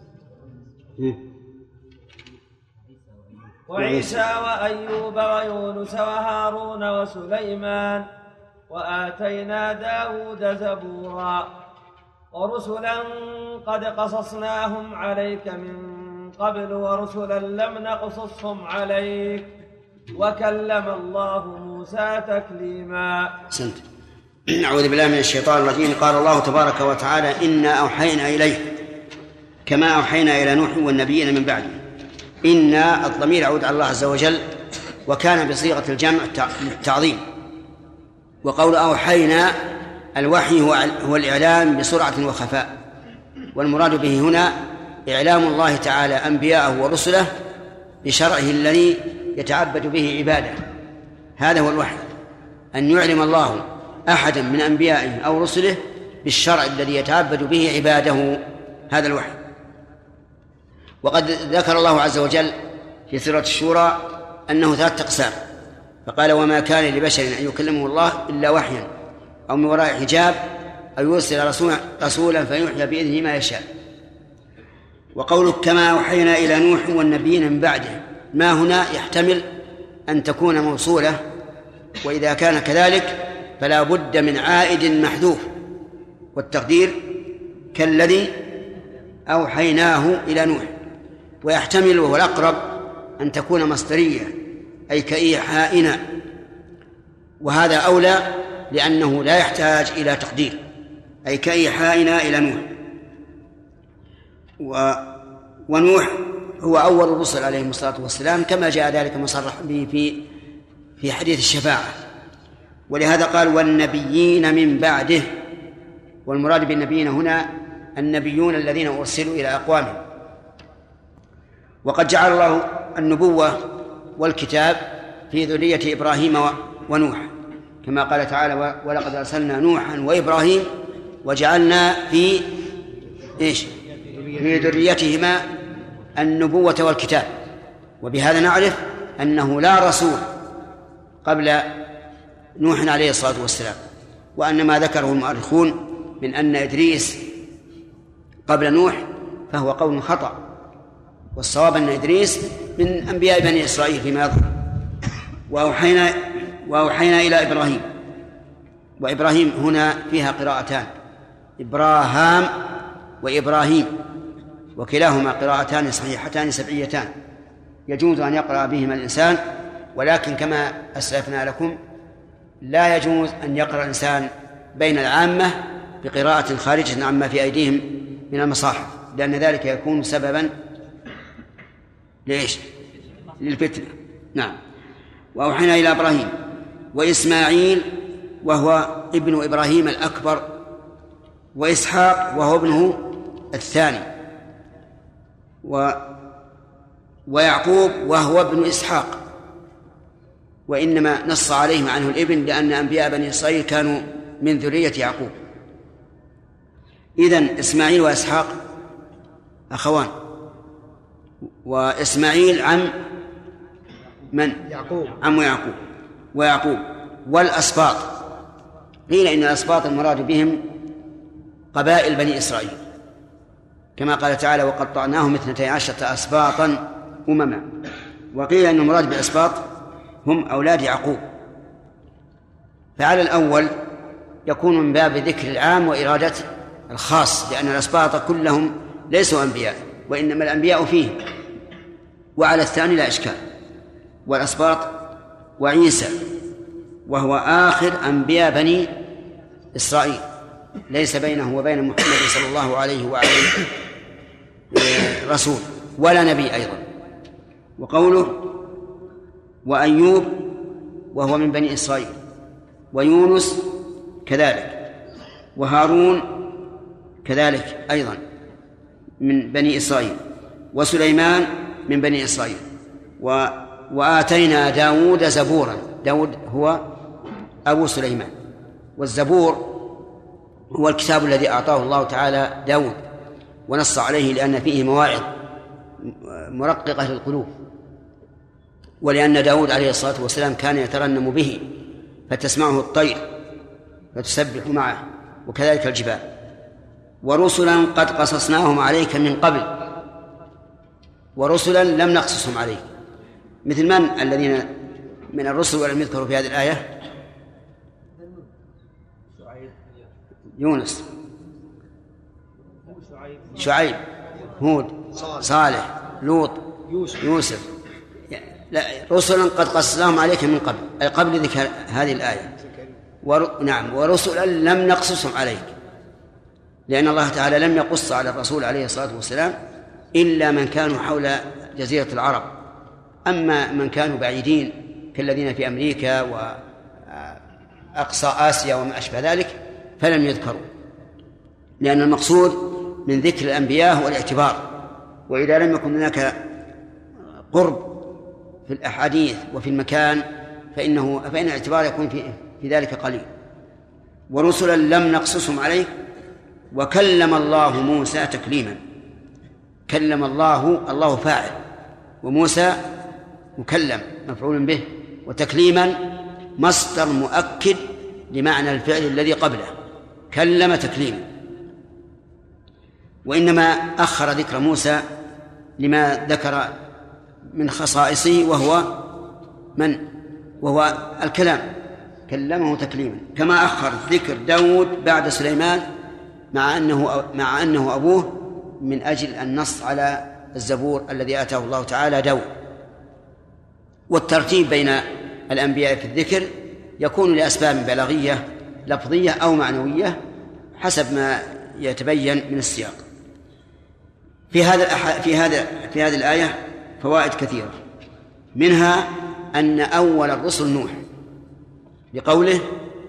وعيسى وأيوب ويونس وهارون وسليمان وآتينا داود زبورا ورسلا قد قصصناهم عليك من قبل ورسلا لم نقصصهم عليك وكلم الله موسى تكليما. أحسنت. أعوذ بالله من الشيطان الرجيم. قال الله تبارك وتعالى: إنا أوحينا إليه كما أوحينا إلى نوح والنبيين من بعده. إنا الضمير يعود على الله عز وجل، وكان بصيغة الجمع التعظيم. وقول أوحينا الوحي هو الإعلام بسرعة وخفاء، والمراد به هنا إعلام الله تعالى أنبياءه ورسله بشرعه الذي يتعبد به عباده. هذا هو الوحي، أن يعلم الله أحدا من أنبيائه أو رسله بالشرع الذي يتعبد به عباده، هذا الوحي. وقد ذكر الله عز وجل في سورة الشورى أنه 3 أقسام، فقال: وما كان لبشر أن يكلمه الله إلا وحيا أو من وراء حجاب أو يرسل رسولا فيوحي بإذنه ما يشاء. وقوله كما أوحينا إلى نوح والنبيين من بعده، ما هنا يحتمل أن تكون موصولة، وإذا كان كذلك فلا بد من عائد محذوف، والتقدير كالذي أوحيناه إلى نوح. ويحتمل وهو الأقرب أن تكون مصدرية أي كإيحائنا، وهذا أولى لأنه لا يحتاج إلى تقدير، أي كإيحائنا إلى نوح. ونوح هو أول الرسل عليهم الصلاة والسلام، كما جاء ذلك مصرح به في حديث الشفاعة. ولهذا قال: والنبيين من بعده. والمراد بالنبيين هنا النبيون الذين أرسلوا إلى أقوامهم. وقد جعل الله النبوة والكتاب في ذرية إبراهيم ونوح، كما قال تعالى: ولقد أرسلنا نوحا وإبراهيم وجعلنا في ذريتهما النبوة والكتاب. وبهذا نعرف أنه لا رسول قبل نوح عليه الصلاة والسلام، وأن ما ذكره المؤرخون من أن إدريس قبل نوح فهو قول خطأ، والصواب أن إدريس من أنبياء بني إسرائيل فيما يظهر. وأوحينا إلى إبراهيم. وإبراهيم هنا فيها قراءتان: إبراهام وإبراهيم، وكلاهما قراءتان صحيحتان سبعيتان يجوز أن يقرأ بهما الإنسان، ولكن كما أسلفنا لكم لا يجوز أن يقرأ الإنسان بين العامة بقراءة خارجة عما في أيديهم من المصاحف، لأن ذلك يكون سببا للفتنة. نعم. وأوحينا إلى إبراهيم وإسماعيل وهو ابن إبراهيم الأكبر، وإسحاق وهو ابنه الثاني، ويعقوب وهو ابن إسحاق، وإنما نص عليهم عنه الابن لأن أنبياء بني إسرائيل كانوا من ذرية يعقوب. إذن إسماعيل وإسحاق أخوان، وإسماعيل عم من؟ يعقوب، عم يعقوب. ويعقوب والأسباط، قيل إن الأسباط المراد بهم قبائل بني إسرائيل، كما قال تعالى: وقطعناهم 12 أسباطا أمما. وقيل أن المراد بالأسباط هم أولاد يعقوب. فعلى الأول يكون من باب ذكر العام وإرادة الخاص، لأن الأسباط كلهم ليسوا أنبياء، وإنما الأنبياء فيه. وعلى الثاني لا إشكال. والأسباط وعيسى وهو آخر أنبياء بني إسرائيل، ليس بينه وبين محمد صلى الله عليه وعليه رسول ولا نبي أيضا. وقوله وأيوب وهو من بني إسرائيل، ويونس كذلك، وهارون كذلك أيضا من بني إسرائيل، وسليمان من بني إسرائيل. وآتينا داود زبورا. داود هو أبو سليمان، والزبور هو الكتاب الذي أعطاه الله تعالى داود ونص عليه لأن فيه مواعظ مرققة للقلوب، ولأن داود عليه الصلاة والسلام كان يترنم به فتسمعه الطير فتسبح معه، وكذلك الجبال. ورسلا قد قصصناهم عليك من قبل، ورسلا لم نقصصهم عليك. مثل من الذين من الرسل ولم يذكروا في هذه الآية؟ يونس شعيب، هود، صالح، لوط، يوسف. لا، رسلا قد قصصناهم عليك من قبل، أي قبل ذكر هذه الآية. نعم، ورسلا لم نقصصهم عليك، لأن الله تعالى لم يقص على الرسول عليه الصلاة والسلام إلا من كانوا حول جزيرة العرب. أما من كانوا بعيدين كالذين في أمريكا وأقصى آسيا وما أشبه ذلك فلم يذكروا، لأن المقصود من ذكر الأنبياء هو الاعتبار، وإذا لم يكن هناك قرب في الأحاديث وفي المكان فإن الاعتبار يكون في ذلك قليل. ورسلا لم نقصصهم عليك وكلم الله موسى تكليما. كلم الله فاعل، وموسى مكلم مفعول به، وتكليما مصدر مؤكد لمعنى الفعل الذي قبله، كلم تكليما. وإنما أخر ذكر موسى لما ذكر من خصائصه وهو الكلام، كلمه تكليما. كما أخر ذكر داود بعد سليمان مع أنه أبوه من أجل النص على الزبور الذي آتاه الله تعالى داود. والترتيب بين الأنبياء في الذكر يكون لأسباب بلاغية لفظية أو معنوية حسب ما يتبين من السياق. في هذه الآية فوائد كثيرة، منها أن أول الرسل نوح لقوله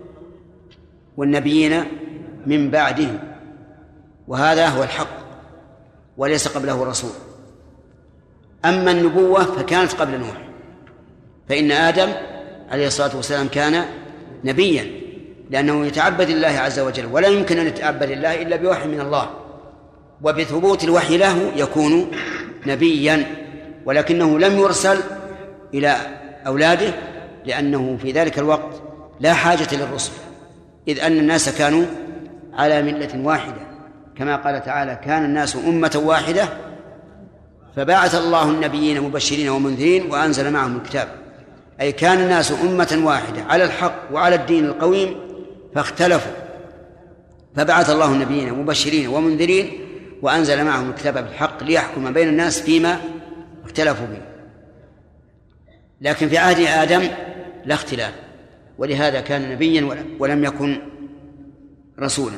والنبيين من بعده، وهذا هو الحق وليس قبله رسول. أما النبوة فكانت قبل نوح، فإن آدم عليه الصلاة والسلام كان نبيا، لأنه يتعبد الله عز وجل، ولا يمكن أن يتعبد الله إلا بوحي من الله، وبثبوت الوحي له يكون نبيا. ولكنه لم يرسل إلى أولاده لأنه في ذلك الوقت لا حاجة للرسل، إذ أن الناس كانوا على ملة واحدة، كما قال تعالى كان الناس أمة واحدة فبعث الله النبيين مبشرين ومنذرين وأنزل معهم الكتاب، أي كان الناس أمة واحدة على الحق وعلى الدين القويم فاختلفوا، فبعث الله النبيين مبشرين ومنذرين وأنزل معهم الكتاب بالحق ليحكم بين الناس فيما اختلفوا به. لكن في عهد آدم لا اختلاف، ولهذا كان نبيا ولم يكن رسولا.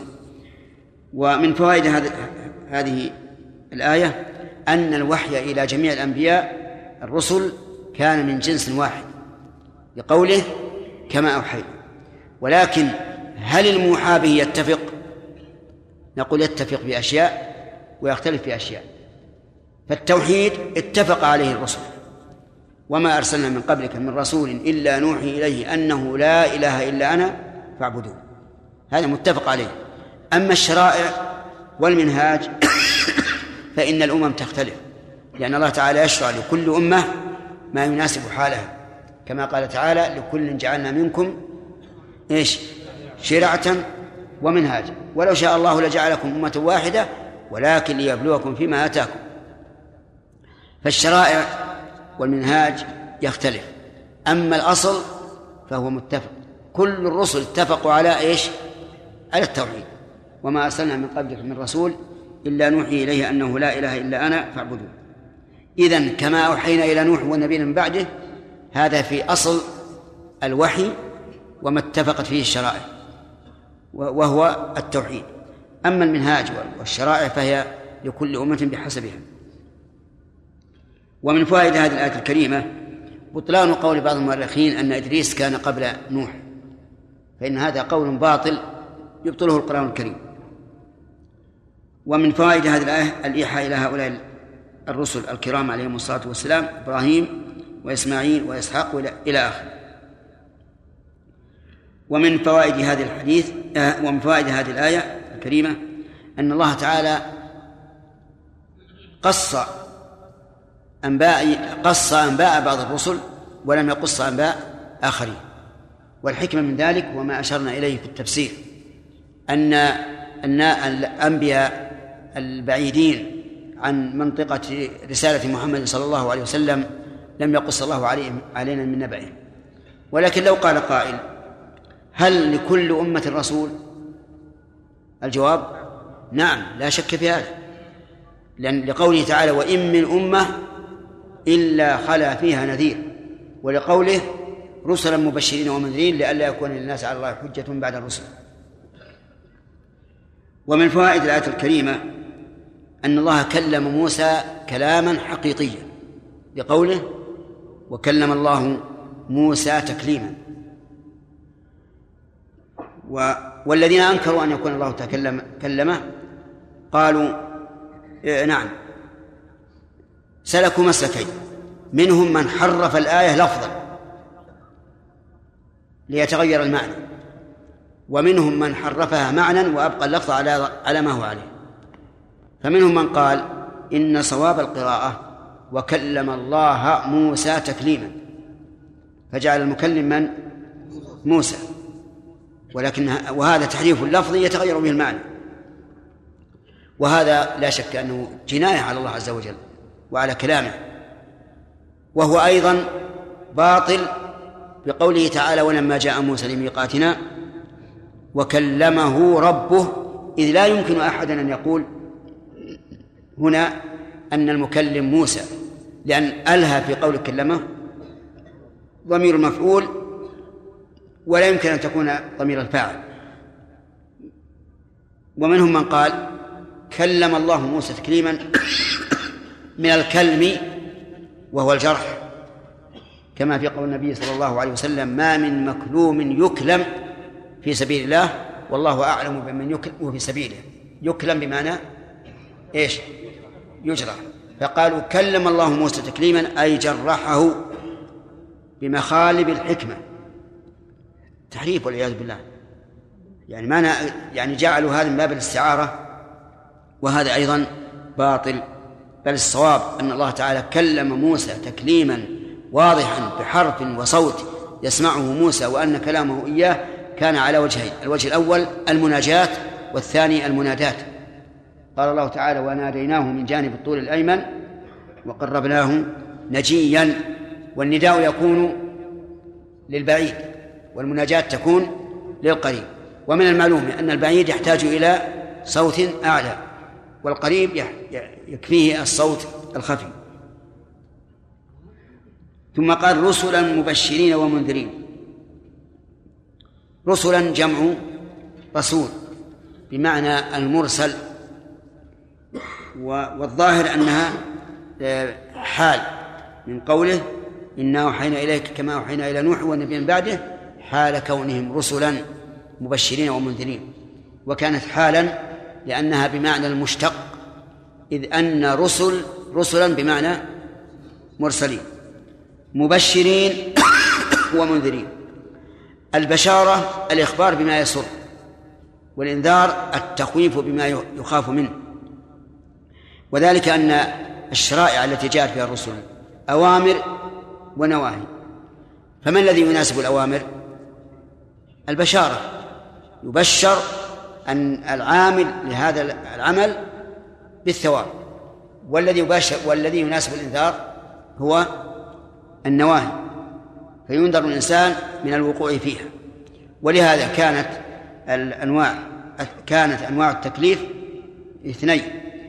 ومن فوائد هذه الآية أن الوحي إلى جميع الأنبياء الرسل كان من جنس واحد لقوله كما أوحينا. ولكن هل الموحى به يتفق؟ نقول يتفق في أشياء ويختلف في أشياء. فالتوحيد اتفق عليه الرسل، وما أرسلنا من قبلك من رسول إلا نوحي إليه أنه لا إله إلا أنا فاعبدوه، هذا متفق عليه. أما الشرائع والمنهاج فإن الأمم تختلف، لأن الله تعالى يشرع لكل أمة ما يناسب حالها، كما قال تعالى لكل جعلنا منكم شرعة ومنهاجا ولو شاء الله لجعلكم أمة واحدة ولكن ليبلوكم فيما آتاكم. فالشرائع والمنهاج يختلف، أما الأصل فهو متفق. كل الرسل اتفقوا على على التوحيد، وما أرسلنا من قبلك من رسول إلا نوحي إليه أنه لا إله إلا أنا فاعبدوه. إذن كما أوحينا إلى نوح والنبيين من بعده، هذا في أصل الوحي وما اتفقت فيه الشرائع وهو التوحيد. أما المنهاج والشرائع فهي لكل أمة بحسبها. ومن فوائد هذه الآية الكريمة بطلان قول بعض المؤرخين أن إدريس كان قبل نوح، فإن هذا قول باطل يبطله القرآن الكريم. ومن فوائد هذه الآية الإيحاء إلى هؤلاء الرسل الكرام عليهم الصلاة والسلام إبراهيم وإسماعيل وإسحاق إلى آخره. ومن فوائد هذه الآية الكريمة أن الله تعالى قص أنباء بعض الرسل ولم يقص أنباء آخرين. والحكمة من ذلك وما أشرنا إليه في التفسير أن الأنبياء البعيدين عن منطقة رسالة محمد صلى الله عليه وسلم لم يقص الله علينا من نبأهم. ولكن لو قال قائل هل لكل أمة رسول؟ الجواب نعم لا شك في هذا، لأن لقوله تعالى وإن من أمة إلا خلا فيها نذير، ولقوله رسلا مبشرين ومنذرين لئلا يكون للناس على الله حجة بعد الرسل. ومن فوائد الآية الكريمة أن الله كلم موسى كلاما حقيقيا لقوله وكلم الله موسى تكليما. والذين أنكروا أن يكون الله كلمه قالوا نعم سلكوا مسلكين، منهم من حرف الآية لفظا ليتغير المعنى، ومنهم من حرفها معنى وأبقى اللفظ على ما هو عليه. فمنهم من قال إن صواب القراءة وكلم الله موسى تكليما، فجعل المكلم من؟ موسى، وهذا تحريف اللفظ يتغير به المعنى، وهذا لا شك أنه جناية على الله عز وجل وعلى كلامه، وهو أيضا باطل بقوله تعالى ولما جاء موسى لميقاتنا وكلمه ربه، إذ لا يمكن أحدا أن يقول هنا أن المكلم موسى، لأن ألها في قول كلمه ضمير المفعول ولا يمكن أن تكون ضمير الفاعل. ومنهم من قال كلم الله موسى تكليما من الكلم وهو الجرح، كما في قول النبي صلى الله عليه وسلم ما من مكلوم يكلم في سبيل الله والله أعلم بمن يكلم في سبيله. يكلم بمعنى إيش؟ يجرح. فقالوا كلم الله موسى تكليما أي جرحه بمخالب الحكمة، تحريف والعياذ بالله. يعني جعلوا هذا من باب الاستعارة، وهذا أيضا باطل. بل الصواب أن الله تعالى كلم موسى تكليما واضحا بحرف وصوت يسمعه موسى، وأن كلامه إياه كان على وجهين: الوجه الأول المناجاة، والثاني المنادات. قال الله تعالى وناديناه من جانب الطور الأيمن وقربناه نجيا، والنداء يكون للبعيد والمناجاة تكون للقريب. ومن المعلوم أن البعيد يحتاج إلى صوت أعلى، والقريب يكفيه الصوت الخفي. ثم قال رسلا مبشرين ومنذرين. رسلا جمع رسول بمعنى المرسل، والظاهر أنها حال من قوله إنا أوحينا إليك كما أوحينا إلى نوح والنبي من بعده، حال كونهم رسلا مبشرين ومنذرين. وكانت حالا لأنها بمعنى المشتق، إذ أن رسلا بمعنى مرسلين، مبشرين ومنذرين. البشارة الإخبار بما يسر، والإنذار التخويف بما يخاف منه. وذلك أن الشرائع التي جاءت فيها الرسل أوامر ونواهي، فما الذي يناسب الأوامر؟ البشارة، يبشر أن العامل لهذا العمل بالثواب، والذي يناسب الإنذار هو النواهي، فينذر الإنسان من الوقوع فيها. ولهذا كانت أنواع التكليف اثنين: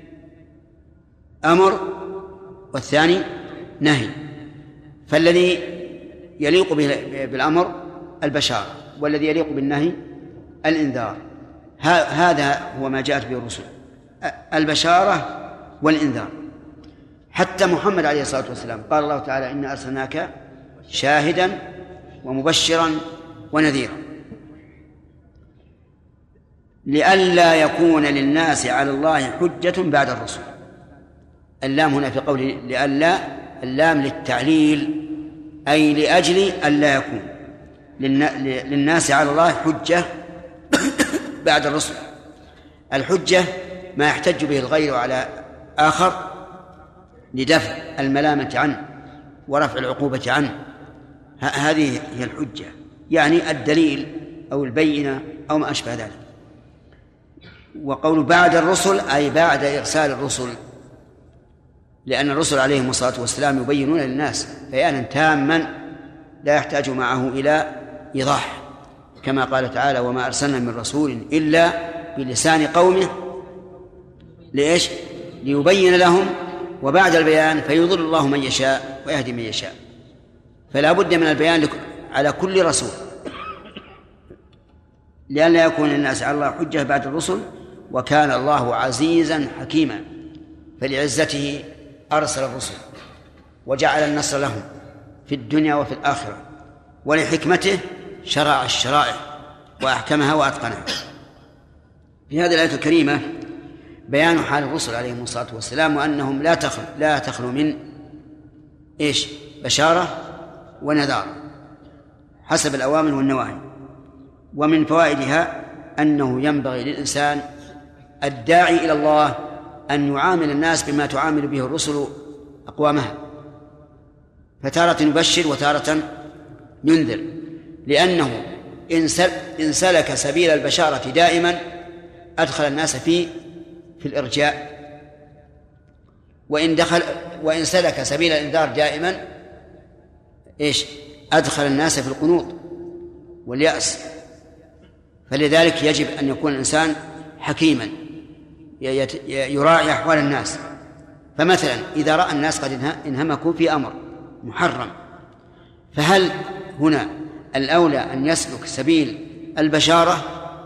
أمر والثاني نهي. فالذي يليق بالأمر البشارة، والذي يليق بالنهي الإنذار. هذا هو ما جاءت به الرسل، البشارة والإنذار. حتى محمد عليه الصلاة والسلام قال الله تعالى إنا أرسلناك شاهدا ومبشرا ونذيرا، لئلا يكون للناس على الله حجة بعد الرسل. اللام هنا في قوله لئلا، اللام للتعليل، أي لأجل ألا يكون للناس على الله حجة بعد الرسل. الحجة ما يحتج به الغير على آخر لدفع الملامة عنه ورفع العقوبة عنه، هذه هي الحجة، يعني الدليل أو البينة أو ما أشبه ذلك. وقول بعد الرسل أي بعد إرسال الرسل، لأن الرسل عليهم الصلاة والسلام يبينون للناس بيانا تاما لا يحتاج معه إلى إيضاح، كما قال تعالى وما أرسلنا من رسول إلا بلسان قومه لإيش؟ ليبين لهم، وبعد البيان فيضل الله من يشاء ويهدي من يشاء. فلا بد من البيان على كل رسول، لئلا يكون للناس على الله حجة بعد الرسل، وكان الله عزيزا حكيما، فلعزته أرسل الرسل وجعل النصر لهم في الدنيا وفي الآخرة، ولحكمته شرع الشرائع وأحكمها وأتقنها. في هذه الآية الكريمة بيان حال الرسل عليهم الصلاة والسلام، وأنهم لا تخلو من بشارة ونذار حسب الأوامر والنواهي. ومن فوائدها أنه ينبغي للإنسان الداعي إلى الله أن يعامل الناس بما تعامل به الرسل أقوامها، فتارة يبشر وتارة ينذر، لأنه إن سلك سبيل البشارة دائما أدخل الناس في الإرجاء، وإن سلك سبيل الإنذار دائما أدخل الناس في القنوط واليأس. فلذلك يجب أن يكون الإنسان حكيما يراعي أحوال الناس. فمثلا إذا رأى الناس قد انهمكوا في أمر محرم، فهل هنا الأولى أن يسلك سبيل البشارة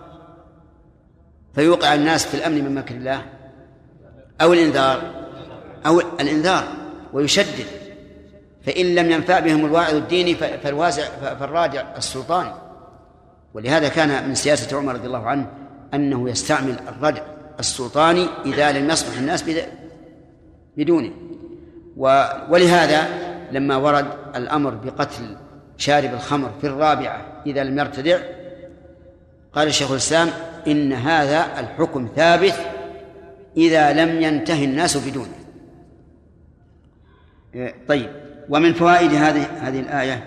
فيوقع الناس في الأمن من مكر الله، أو الإنذار ويشدد؟ فإن لم ينفع بهم الواعظ الديني فالرادع السلطان. ولهذا كان من سياسة عمر رضي الله عنه أنه يستعمل الردع السلطاني إذا لم يصلح الناس بدونه. ولهذا لما ورد الأمر بقتل شارب الخمر في الرابعة إذا لم يرتدع، قال الشيخ الإسلام إن هذا الحكم ثابت إذا لم ينتهي الناس بدونه. طيب، ومن فوائد هذه الآية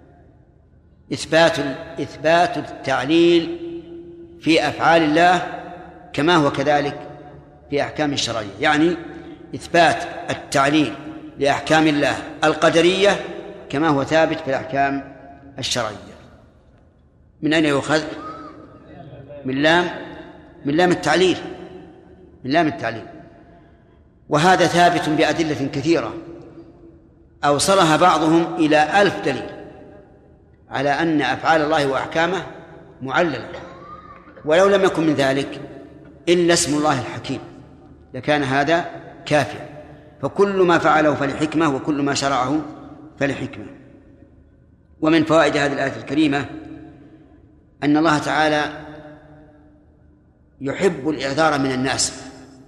إثبات التعليل في أفعال الله كما هو كذلك في أحكام الشرعية، يعني إثبات التعليل لأحكام الله القدرية كما هو ثابت في الأحكام الشرعية. من أين يؤخذ؟ من لام التعليل، من لام التعليل. وهذا ثابت بأدلة كثيرة أوصلها بعضهم إلى 1000 دليل على أن أفعال الله وأحكامه معللة، ولو لم يكن من ذلك إلا اسم الله الحكيم لكان هذا كافيا. فكل ما فعله فلحكمة، وكل ما شرعه فلحكمة. ومن فوائد هذه الآية الكريمة أن الله تعالى يحب الإعذار من الناس،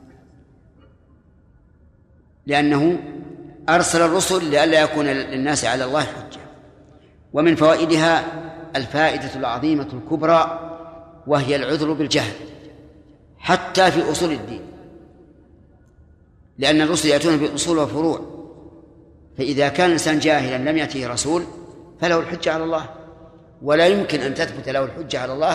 لأنه أرسل الرسل لئلا يكون للناس على الله حجة. ومن فوائدها الفائدة العظيمة الكبرى، وهي العذر بالجهل حتى في أصول الدين، لأن الرسل يأتون بأصول وفروع، فإذا كان الإنسان جاهلا لم يأته رسول فله الحجة على الله، ولا يمكن أن تثبت له الحجة على الله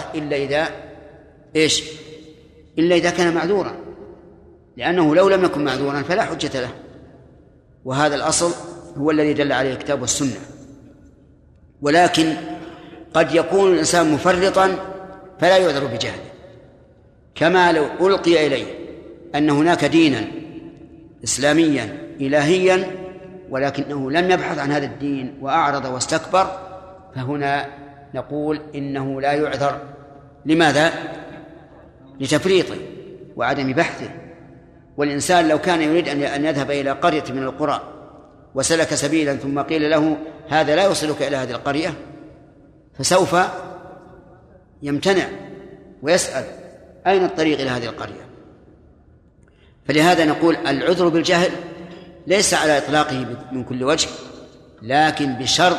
إلا إذا كان معذورا، لأنه لو لم يكن معذورا فلا حجة له. وهذا الأصل هو الذي دل عليه الكتاب والسنة. ولكن قد يكون الإنسان مفرطا فلا يعذر بجهله، كما لو ألقي إليه أن هناك دينا إسلاميا إلهيا ولكنه لم يبحث عن هذا الدين وأعرض واستكبر، فهنا نقول إنه لا يعذر. لماذا؟ لتفريطه وعدم بحثه. والإنسان لو كان يريد أن يذهب إلى قرية من القرى وسلك سبيلا ثم قيل له هذا لا يوصلك إلى هذه القرية، فسوف يمتنع ويسأل أين الطريق إلى هذه القرية. فلهذا نقول العذر بالجهل ليس على إطلاقه من كل وجه، لكن بشرط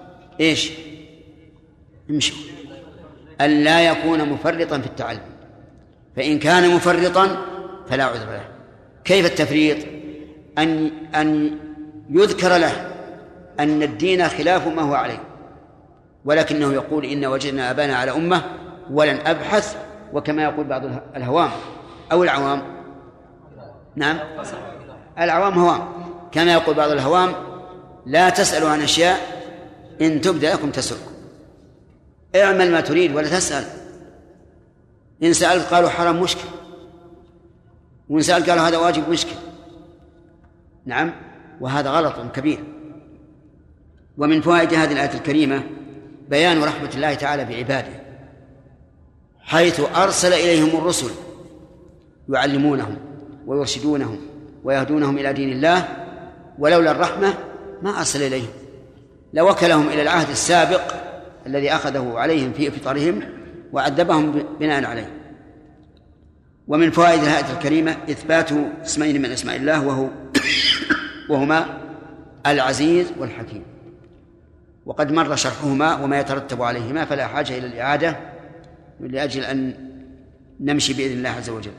أن لا يكون مفرطا في التعلم، فإن كان مفرطا فلا عذر له. كيف التفريط؟ أن يذكر له أن الدين خلاف ما هو عليه، ولكنه يقول إن وجدنا أبانا على أمة ولن أبحث، وكما يقول بعض الهوام أو العوام، نعم العوام هوام، كما يقول بعض الهوام لا تسألوا عن أشياء إن تبدأ لكم تسؤكم. اعمل ما تريد ولا تسأل، إن سألت قالوا حرام مشكل، وإن سأل قالوا هذا واجب مشكل. نعم، وهذا غلط كبير. ومن فوائد هذه الآية الكريمة بيان رحمة الله تعالى بعباده، حيث أرسل إليهم الرسل يعلمونهم ويرشدونهم ويهدونهم إلى دين الله، ولولا الرحمة ما أرسل إليهم، لوكلهم إلى العهد السابق الذي أخذه عليهم في فطرهم وعذبهم بناء عليه. ومن فوائد الآية الكريمة إثبات اسمين من أسماء الله وهما العزيز والحكيم، وقد مر شرحهما وما يترتب عليهما، فلا حاجة إلى الإعادة لأجل أن نمشي بإذن الله عز وجل.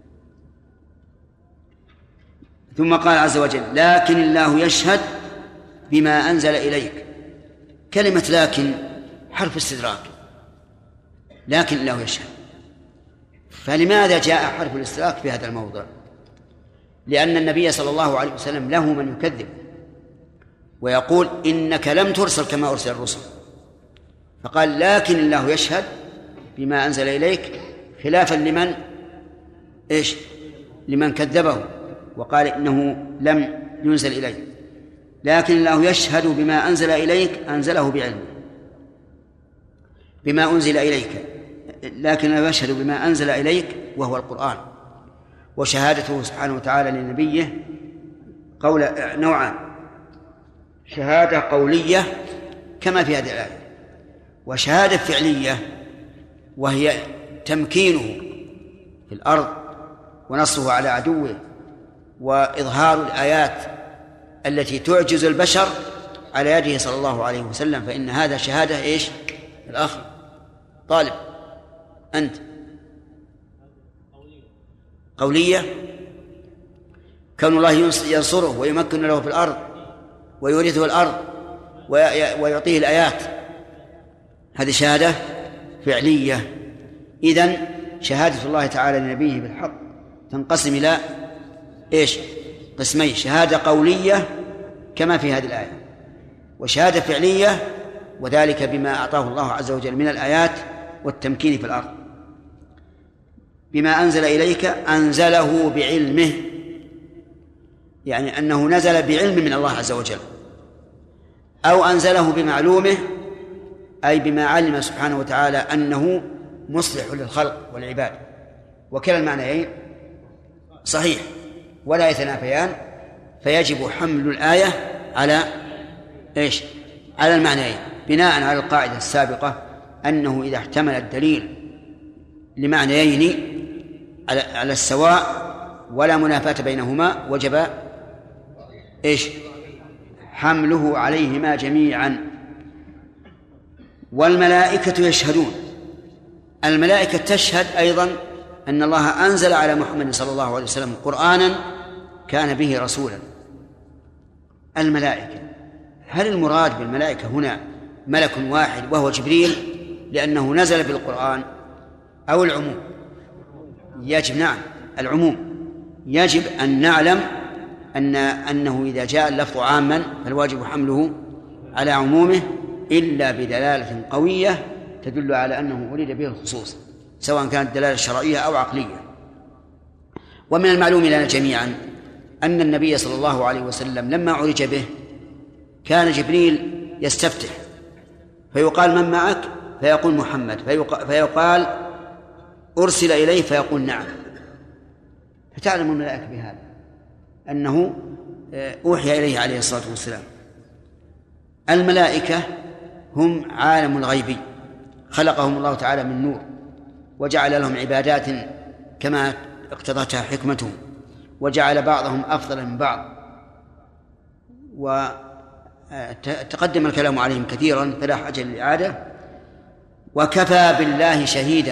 ثم قال عز وجل: لكن الله يشهد بما أنزل إليك. كلمة لكن حرف استدراك، لكن الله يشهد. فلماذا جاء حرف الاستدراك في هذا الموضع؟ لأن النبي صلى الله عليه وسلم له من يكذب ويقول إنك لم ترسل كما أرسل الرسل، فقال لكن الله يشهد بما أنزل إليك، خلافا لمن لمن كذبه وقال إنه لم ينزل إليه. لكن الله يشهد بما أنزل إليك، أنزله بعلمه بما أنزل إليك، لكن الله يشهد بما أنزل إليك وهو القرآن. وشهادته سبحانه وتعالى لنبيه قول نوعان: شهادة قولية كما في هذه الآية، وشهادة فعلية وهي تمكينه في الأرض ونصره على عدوه وإظهار الآيات التي تعجز البشر على يده صلى الله عليه وسلم. فإن هذا شهادة الأخ طالب أنت قولية، كون الله ينصره ويمكن له في الأرض ويورثه الأرض ويعطيه الآيات، هذه شهادة فعلية. إذن شهادة الله تعالى لنبيه بالحق تنقسم إلى قسمين: شهادة قولية كما في هذه الآية، وشهادة فعلية، وذلك بما أعطاه الله عز وجل من الآيات والتمكين في الأرض. بما أنزل إليك أنزله بعلمه، يعني أنه نزل بعلم من الله عز وجل، أو أنزله بمعلومه، أي بما علم سبحانه وتعالى أنه مصلح للخلق والعباد. وكلا المعنيين صحيح ولا يتنافيان، فيجب حمل الآية على على المعنيين، بناء على القاعدة السابقة أنه إذا احتمل الدليل لمعنيين على السواء ولا منافاة بينهما وجب حمله عليهما جميعا. والملائكة يشهدون، الملائكة تشهد أيضا أن الله أنزل على محمد صلى الله عليه وسلم قرآنا كان به رسولا. الملائكة، هل المراد بالملائكة هنا ملك واحد وهو جبريل لأنه نزل بالقرآن، أو العموم؟ يجب نعم العموم. يجب أن نعلم أنه إذا جاء اللفظ عاما فالواجب حمله على عمومه، إلا بدلالة قوية تدل على أنه أريد به الخصوص، سواء كانت دلالة شرعية أو عقلية. ومن المعلوم لنا جميعا أن النبي صلى الله عليه وسلم لما عرج به كان جبريل يستفتح فيقال: من معك؟ فيقول: محمد. فيقال: أرسل إليه؟ فيقول: نعم. فتعلم الملائكة بهذا أنه أوحي إليه عليه الصلاة والسلام. الملائكة هم عالم الغيب، خلقهم الله تعالى من نور وجعل لهم عبادات كما اقتضتها حكمته، وجعل بعضهم أفضل من بعض، وتقدم الكلام عليهم كثيرا فلا حاجة للإعادة. وكفى بالله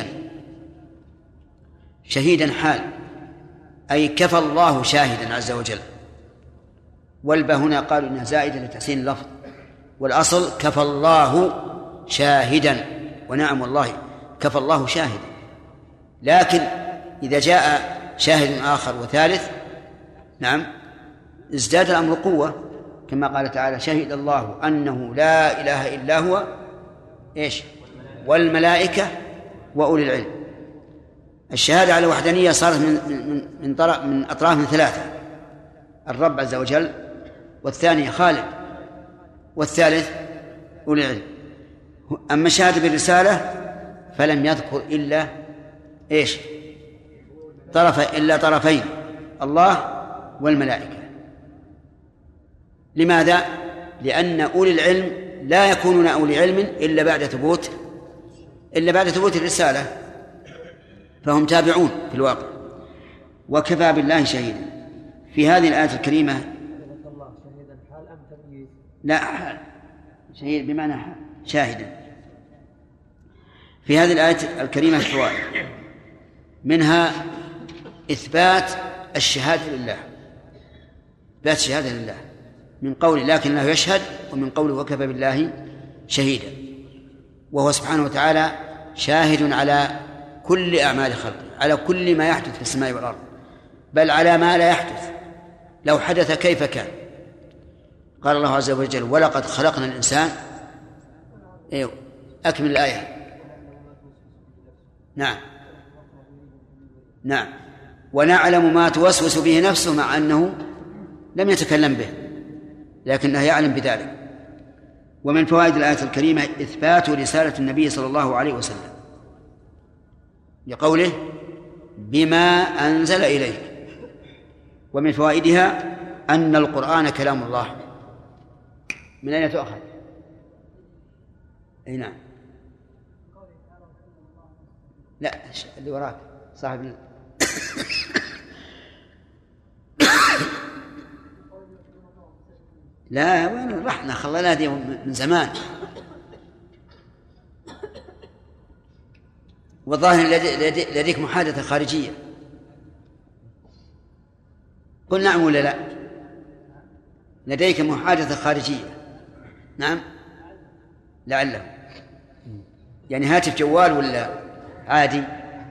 شهيدا حال، أي كفى الله شاهدا عز وجل. والباء هنا قالوا إنها زائدة لتحسين اللفظ، والأصل كفى الله شاهدا، ونعم والله كفى الله شاهدا. لكن إذا جاء شاهد آخر وثالث نعم ازداد الأمر قوة، كما قال تعالى: شهد الله أنه لا إله إلا هو والملائكة وأولي العلم. الشهادة على الوحدانية صارت من أطراف ثلاثة: الرب عز وجل، والثاني خالق، والثالث أولي العلم. أما الشهادة بالرسالة فلم يذكر إلا إيش؟ طرفين: الله والملائكة. لماذا؟ لأن أولي العلم لا يكونون أولي علم إلا بعد ثبوت الرسالة، فهم تابعون في الواقع. وكفى بالله شهيدا. في هذه الآية الكريمة لا حال، شهيد بمعنى حال، شاهدا. في هذه الآية الكريمة فوائد، منها إثبات الشهادة لله، إثبات الشهادة لله من قول لكن الله يشهد، ومن قوله وكفى بالله شهيدا. وهو سبحانه وتعالى شاهد على كل أعمال خلقه، على كل ما يحدث في السماء والأرض، بل على ما لا يحدث لو حدث كيف كان. قال الله عز وجل: ولقد خلقنا الإنسان. أكمل الآية. نعم. ونعلم ما توسوس به نفسه، مع أنه لم يتكلم به لكنه يعلم بذلك. ومن فوائد الآية الكريمة إثبات رسالة النبي صلى الله عليه وسلم لقوله: بما أنزل إليك. ومن فوائدها أن القرآن كلام الله. من أين تؤخذ؟ أي نعم. لا، اللي وراك صاحب لا، وين رحنا؟ خلنا هذه من زمان. والظاهر لديك محادثة خارجية. قل نعم ولا لا؟ لديك محادثة خارجية. نعم، لعله يعني هاتف جوال ولا عادي؟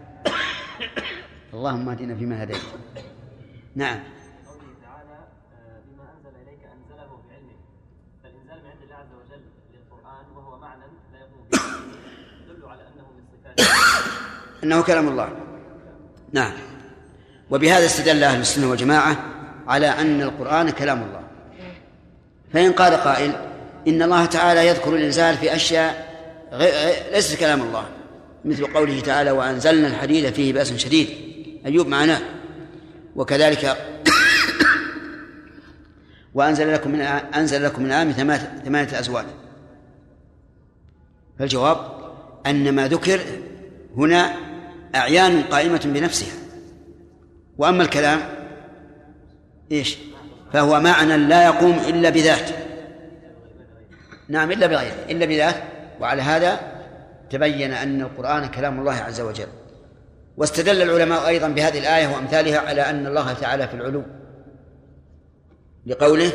اللهم اهدنا فيما هديت. نعم. قوله تعالى: بما أنزل إليك أنزله بعلمه، فالإنزال من عند الله عز وجل للقرآن وهو معنى لا يقوم به يدل على أنه من صفاته، أنه كلام الله. نعم. وبهذا استدل أهل السنة والجماعة على أن القرآن كلام الله. فإن قال قائل إن الله تعالى يذكر الإنزال في أشياء ليست كلام الله، مثل قوله تعالى: وأنزلنا الحديد فيه بأس شديد، أيوب معناه. وكذلك وأنزل لكم من الأنعام 8 أزواج. فالجواب أن ما ذكر هنا أعيان قائمة بنفسها. وأما الكلام إيش؟ فهو معنى لا يقوم إلا بذات. نعم، إلا بغيره، إلا بذات. وعلى هذا تبين أن القرآن كلام الله عز وجل. واستدل العلماء أيضا بهذه الآية وأمثالها على أن الله تعالى في العلو، لقوله: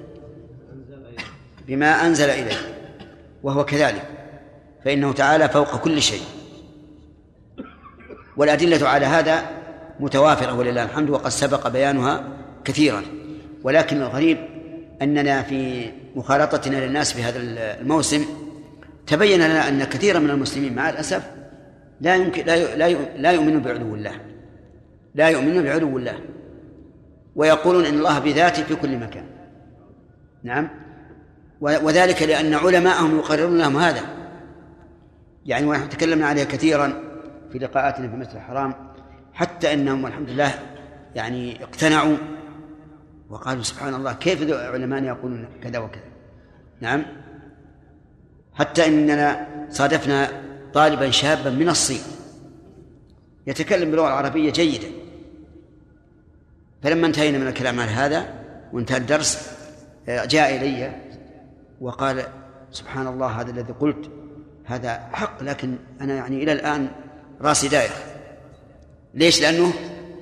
بما أنزل إليه، وهو كذلك، فإنه تعالى فوق كل شيء. والأدلة على هذا متوافرة ولله الحمد، وقد سبق بيانها كثيرا. ولكن الغريب أننا في مخالطتنا للناس في هذا الموسم تبين لنا أن كثيرا من المسلمين مع الأسف لا يؤمنون بعلو الله، لا يؤمنون بعلو الله، ويقولون إن الله بذاته في كل مكان. نعم، وذلك لأن علماءهم يقررون لهم هذا. يعني ونحن تكلمنا عليها كثيرا في لقاءاتنا في المسجد الحرام، حتى أنهم والحمد لله يعني اقتنعوا وقالوا: سبحان الله، كيف علماء يقولون كذا وكذا. نعم، حتى إننا صادفنا طالبا شابا من الصين يتكلم باللغة العربية جيدا. فلما انتهينا من الكلام على هذا وانتهى الدرس جاء إلي وقال: سبحان الله، هذا الذي قلت هذا حق، لكن أنا يعني إلى الآن راسي داير. ليش؟ لأنه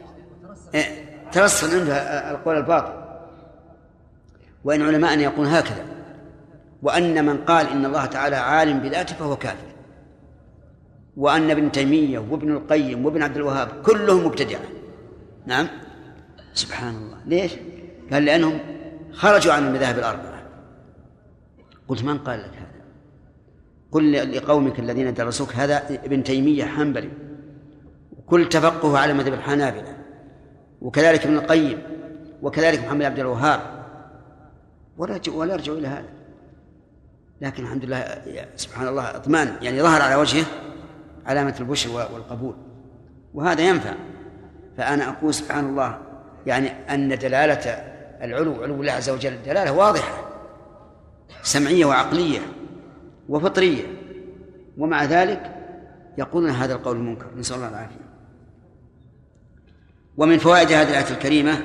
ترسل عنده القول الباطل. وإن علماء يقول هكذا، وأن من قال إن الله تعالى عالم بذاته فهو كافر، وأن ابن تيمية وابن القيم وابن عبد الوهاب كلهم مبتدعة. نعم، سبحان الله. ليش؟ قال: لأنهم خرجوا عن المذاهب الأربعة. قلت: من قال لك هذا؟ قل لقومك الذين درسوك هذا ابن تيمية حنبلي، كل تفقه على مذهب الحنابلة، وكذلك ابن القيم، وكذلك محمد عبد الوهاب، ولا يرجع إلى هذا. لكن الحمد لله سبحان الله اطمئن، يعني ظهر على وجهه علامة البشر والقبول، وهذا ينفع. فأنا أقول سبحان الله يعني أن دلالة علو الله عز وجل دلالة واضحة سمعية وعقلية وفطرية، ومع ذلك يقولون هذا القول المنكر، نسأل الله العافية. ومن فوائد هذه الآية الكريمة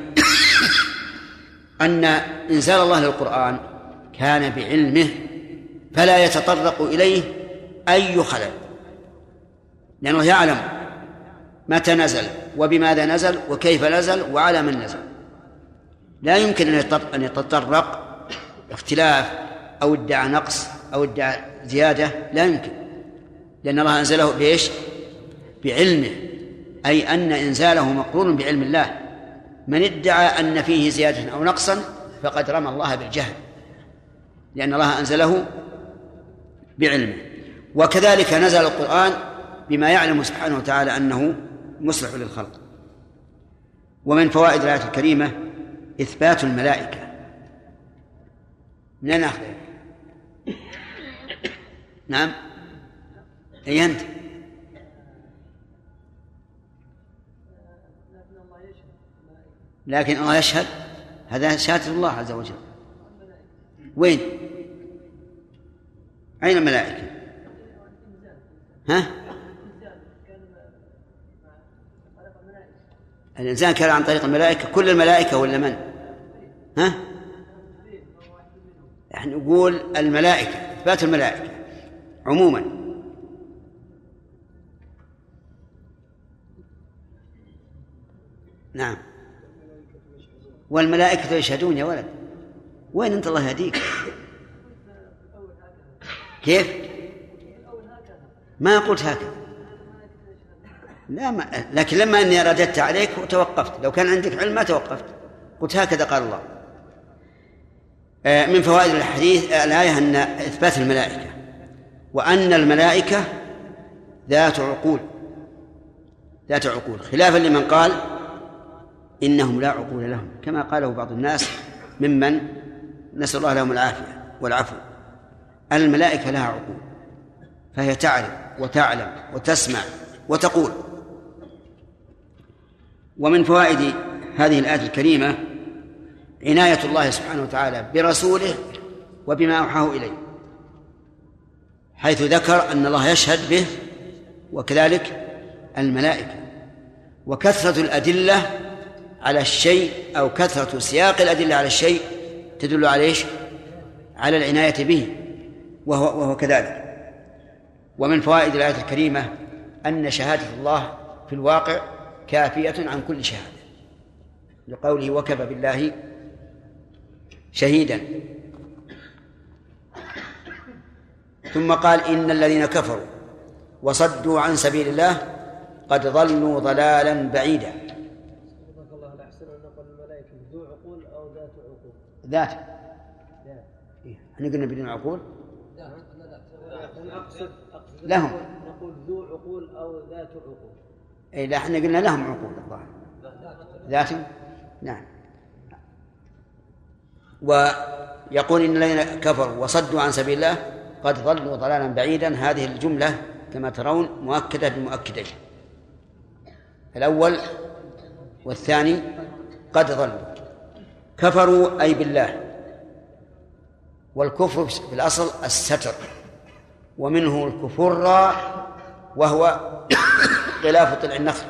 أن إنزال الله للقرآن كان بعلمه فلا يتطرق إليه أي خلل، لأنه يعلم متى نزل وبماذا نزل وكيف نزل وعلى من نزل. لا يمكن أن يتطرق اختلاف أو ادعى نقص أو ادعى زيادة، لا يمكن، لأن الله أنزله بإيش؟ بعلمه، أي أن إنزاله مقرون بعلم الله. من ادعى أن فيه زيادة أو نقصا فقد رمى الله بالجهل، لأن الله أنزله بعلمه. وكذلك نزل القرآن بما يعلم سبحانه وتعالى أنه مصلح للخلق. ومن فوائد الآية الكريمة إثبات الملائكة. من أين أخذ؟ نعم، أي أنت؟ لكن الله يشهد، هذا شهادة الله عز وجل. وين؟ أين الملائكة؟ ها؟ الإنسان كان عن طريق الملائكة، كل الملائكة ولا من؟ ها؟ نحن نقول الملائكة، إثبات الملائكة عموما. نعم، والملائكة يشهدون يا ولد. وين أنت الله يهديك؟ كيف؟ ما قلت هكذا، لا ما. لكن لما أني رددت عليك وتوقفت، لو كان عندك علم ما توقفت، قلت هكذا قال الله. من فوائد الحديث الآية أن إثبات الملائكة، وأن الملائكة ذات عقول، ذات عقول، خلافا لمن قال إنهم لا عقول لهم، كما قاله بعض الناس ممن نسأل الله لهم العافية والعفو. الملائكة لها عقول، فهي تعرف وتعلم وتسمع وتقول. ومن فوائد هذه الآية الكريمة عناية الله سبحانه وتعالى برسوله وبما أوحاه إليه، حيث ذكر أن الله يشهد به وكذلك الملائكة. وكثرة الأدلة على الشيء أو كثرة سياق الأدلة على الشيء تدل على العناية به، وهو كذلك. ومن فوائد الآية الكريمة أن شهادة الله في الواقع كافية عن كل شهادة، لقوله وكفى بالله شهيدا. ثم قال إن الذين كفروا وصدوا عن سبيل الله قد ضلوا ضلالا بعيدا. ذات احنا قلنا بدون عقول لهم، نقول ذو عقول أو ذات عقول. اي لا، احنا قلنا لهم عقول الظاهر ذات. نعم. ويقول إن الذين كفروا وصدوا عن سبيل الله قد ضلوا ضلالا بعيدا. هذه الجملة كما ترون مؤكدة بمؤكدين، الأول والثاني قد ضلوا. كفروا أي بالله، والكفر في الأصل الستر، ومنه الكفر وهو غلاف طلع النخل،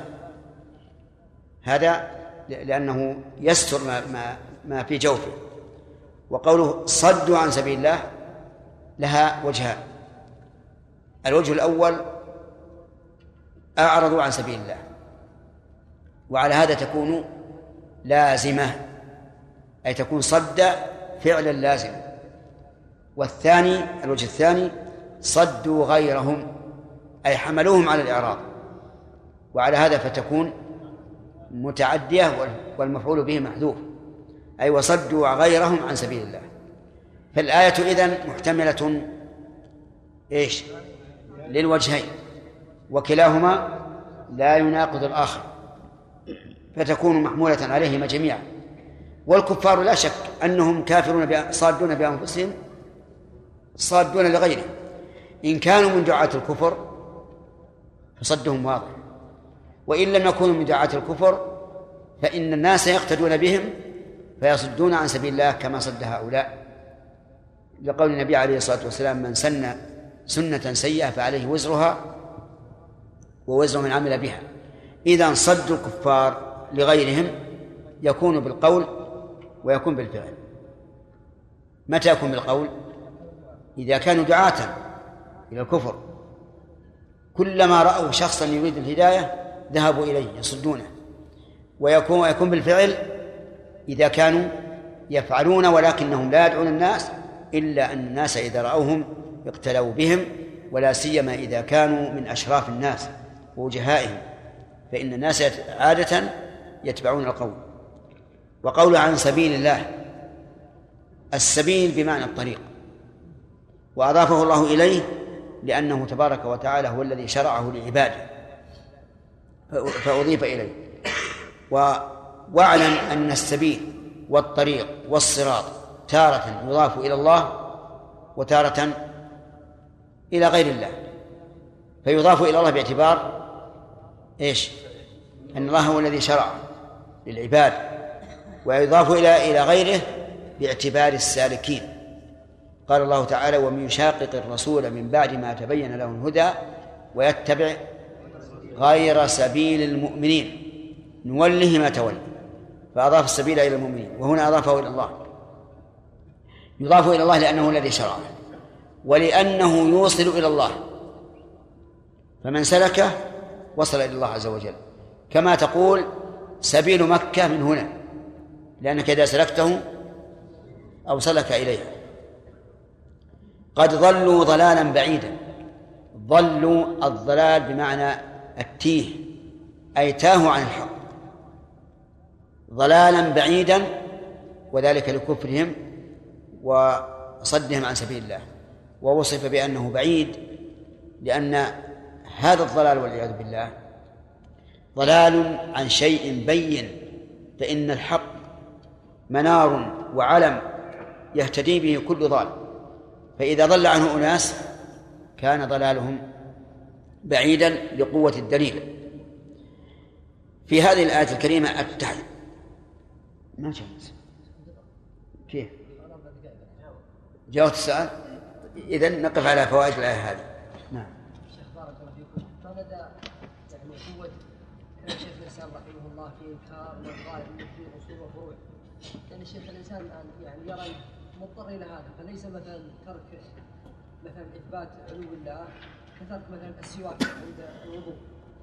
هذا لأنه يستر ما في جوفه. وقوله صدوا عن سبيل الله لها وجهان. الوجه الأول أعرضوا عن سبيل الله، وعلى هذا تكون لازمة، أي تكون صد فعلا لازم. والثاني الوجه الثاني صدوا غيرهم، أي حملوهم على الإعراض، وعلى هذا فتكون متعدية والمفعول به محذوف، أي وصدوا غيرهم عن سبيل الله. فالآية إذن محتملة إيش؟ للوجهين، وكلاهما لا يناقض الآخر، فتكون محمولة عليهما جميعا. والكفار لا شك أنهم كافرون صادون بأنفسهم صادون لغيرهم. إن كانوا من دعاة الكفر فصدهم واضح، وإن لم يكونوا من دعاة الكفر فإن الناس يقتدون بهم فيصدون عن سبيل الله كما صد هؤلاء، لقول النبي عليه الصلاة والسلام: من سن سنة سيئة فعليه وزرها ووزر من عمل بها. إذا صد الكفار لغيرهم يكون بالقول ويكون بالفعل. متى يكون بالقول؟ إذا كانوا دعاة إلى الكفر، كلما رأوا شخصا يريد الهداية ذهبوا إليه يصدونه. ويكون بالفعل إذا كانوا يفعلون ولكنهم لا يدعون الناس، إلا أن الناس إذا رأوهم اقتلوا بهم، ولا سيما إذا كانوا من أشراف الناس ووجهائهم، فإن الناس عادة يتبعون القول. وقول عن سبيل الله، السبيل بمعنى الطريق، وأضافه الله إليه لأنه تبارك وتعالى هو الذي شرعه لعباده فأضيف إليه. واعلم أن السبيل والطريق والصراط تارة يضاف إلى الله وتارة إلى غير الله. فيضاف إلى الله باعتبار إيش؟ أن الله هو الذي شرع للعباد، ويضاف إلى غيره باعتبار السالكين. قال الله تعالى: ومن يشاقق الرسول من بعد ما تبين له الهدى ويتبع غير سبيل المؤمنين نوله ما تولى، فأضاف السبيل إلى المؤمنين، وهنا أضافه إلى الله. يضاف إلى الله لأنه الذي شرعه، ولأنه يوصل إلى الله، فمن سلكه وصل إلى الله عز وجل. كما تقول سبيل مكة من هنا، لأنك إذا سلكته أوصلك إليها. قد ضلوا ضلالا بعيدا. ضلوا، الضلال بمعنى التيه، أي تاهوا عن الحق ضلالا بعيدا، وذلك لكفرهم وصدهم عن سبيل الله. ووصف بأنه بعيد لأن هذا الضلال والعياذ بالله ضلال عن شيء بين، فإن الحق منار وعلم يهتدي به كل ضال، فإذا ضل عنه أناس كان ضلالهم بعيدا لقوة الدليل. في هذه الآية الكريمة ما جاوز. كيف؟ جاوبت السؤال؟ إذن نقف على فوائد الآية هذه. نعم. شيخ بارك الله فيكم، ما مدى يعني قوة كلام شيخ الإسلام رحمه الله في إنكار والغالب في أصول وفروع؟ يعني شيخ الإنسان الآن يعني يرى مضطر إلى هذا، فليس مثلا ترك مثلا إثبات علو الله كترك مثلا السواك عند الوضوء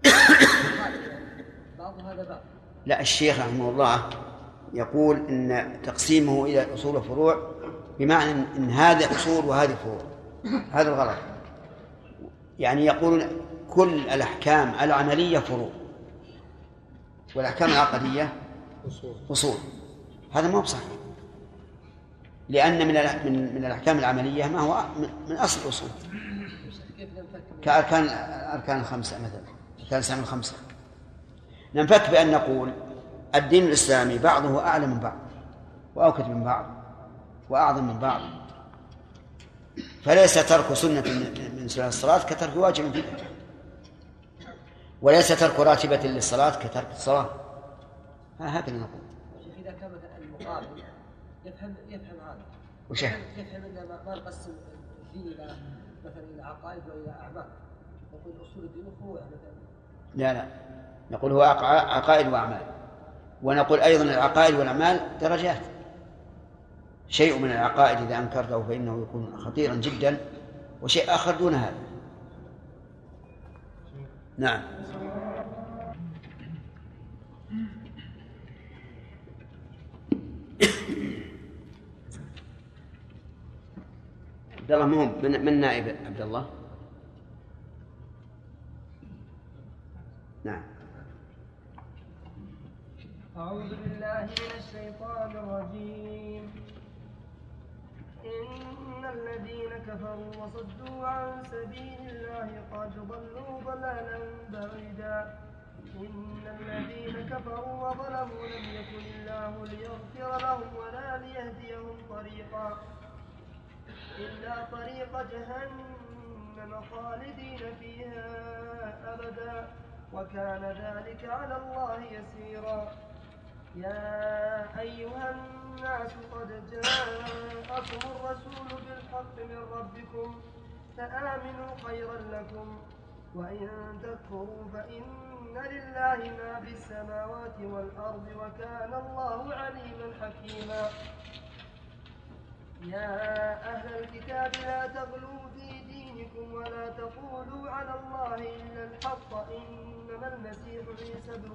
بعض هذا بعض. لا، الشيخ رحمه الله يقول إن تقسيمه إلى أصول وفروع بمعنى إن هذا أصول وهذه فروع، هذا الغلط. يعني يقولون كل الأحكام العملية فروع والأحكام العقدية أصول. هذا ما هو صحيح، لأن من الأحكام العملية ما هو من أصل الأصول، كأركان الخمسة مثلا، أركان الإسلام الخمسة. ننفك بأن نقول الدين الإسلامي بعضه أعلى من بعض وأوكد من بعض وأعظم من بعض، فليس ترك سنة من سنن الصلاة كترك واجب فيها، وليس ترك راتبة للصلاة كترك الصلاة. هكذا نقول. إذا كان المقابل يفهم هذا يفهم أن ما نقسم الدين إلى مثلا إلى عقائد وإلى أعمال، نقول أصول الدين وفروع مثلا. لا، نقول هو عقائد وأعمال، ونقول أيضا العقائد والأعمال درجات. شيء من العقائد إذا أنكرته فإنه يكون خطيرا جدا، وشيء آخر دون هذا. نعم. عبد الله مهم من نائب عبد الله. نعم. أعوذ بالله من الشيطان الرجيم. إن الذين كفروا وصدوا عن سبيل الله قد ضلوا ضلالا بعيدا إن الذين كفروا وظلموا لم يكن الله ليغفر لهم ولا ليهديهم طريقا إلا طريق جهنم خالدين فيها أبدا وكان ذلك على الله يسيرا. يا أيها الناس قد جاءكم الرسول بالحق من ربكم فآمنوا خيرا لكم وإن تكفروا فإن لله ما في السماوات والأرض وكان الله عليما حكيما. يا أهل الكتاب لا تغلوا في دينكم ولا تقولوا على الله إلا الحق إنما المسيح عيسى ابن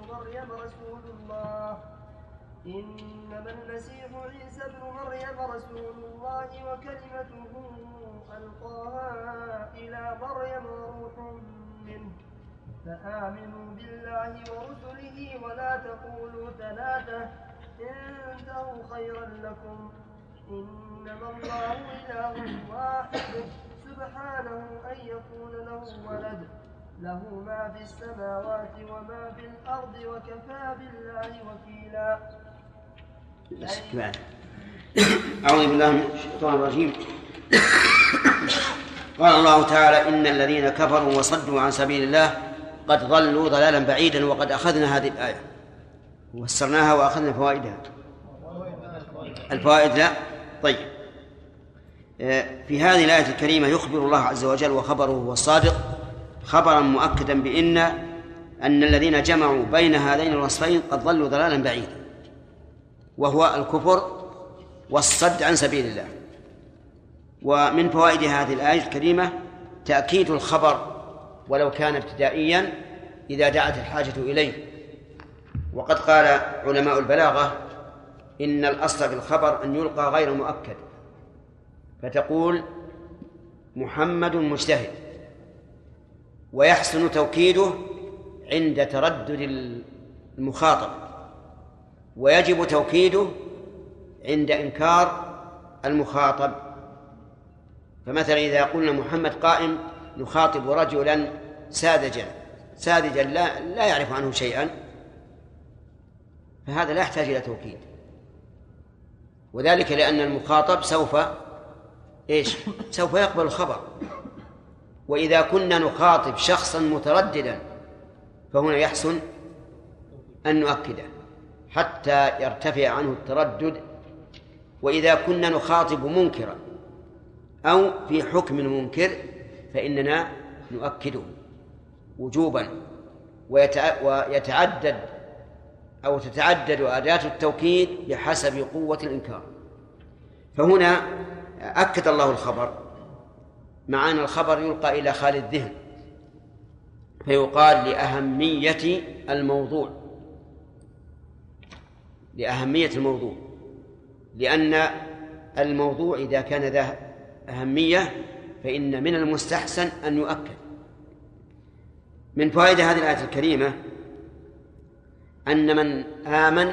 مريم رسول الله وكلمته ألقاها إلى مريم وروح منه فآمنوا بالله ورسله ولا تقولوا ثلاثة انتهوا خيرا لكم إنما الله إله واحد سبحانه أن يكون له ولد له ما في السماوات وما في الأرض وكفى بالله وكيلا. أعوذ بالله من الشيطان الرجيم. قال الله تعالى إن الذين كفروا وصدوا عن سبيل الله قد ضلوا ضلالا بعيدا. وقد أخذنا هذه الآية وفسرناها وأخذنا فوائدها. الفوائد لا طيب. في هذه الآية الكريمة يخبر الله عز وجل وخبره هو الصادق خبرا مؤكدا بأن الذين جمعوا بين هذين الوصفين قد ضلوا ضلالا بعيدا وهو الكفر والصد عن سبيل الله. ومن فوائد هذه الآية الكريمة تأكيد الخبر ولو كان ابتدائيا إذا دعت الحاجة إليه. وقد قال علماء البلاغة إن الأصل في الخبر أن يلقى غير مؤكد فتقول محمد مجتهد ويحسن توكيده عند تردد المخاطب ويجب توكيده عند إنكار المخاطب. فمثلا إذا قلنا محمد قائم نخاطب رجلا ساذجا لا يعرف عنه شيئا فهذا لا يحتاج إلى توكيد. وذلك لأن المخاطب سوف يقبل الخبر. وإذا كنا نخاطب شخصا مترددا فهنا يحسن أن نؤكده حتى يرتفع عنه التردد. وإذا كنا نخاطب منكرا أو في حكم منكر فإننا نؤكده وجوبا ويتعدد أو تتعدد أداة التوكيد بحسب قوة الإنكار. فهنا أكد الله الخبر مع أن الخبر يلقى إلى خالي الذهن فيقال لأهمية الموضوع لأن الموضوع إذا كان ذا أهمية فإن من المستحسن أن يؤكد. من فوائد هذه الآية الكريمة أن من آمن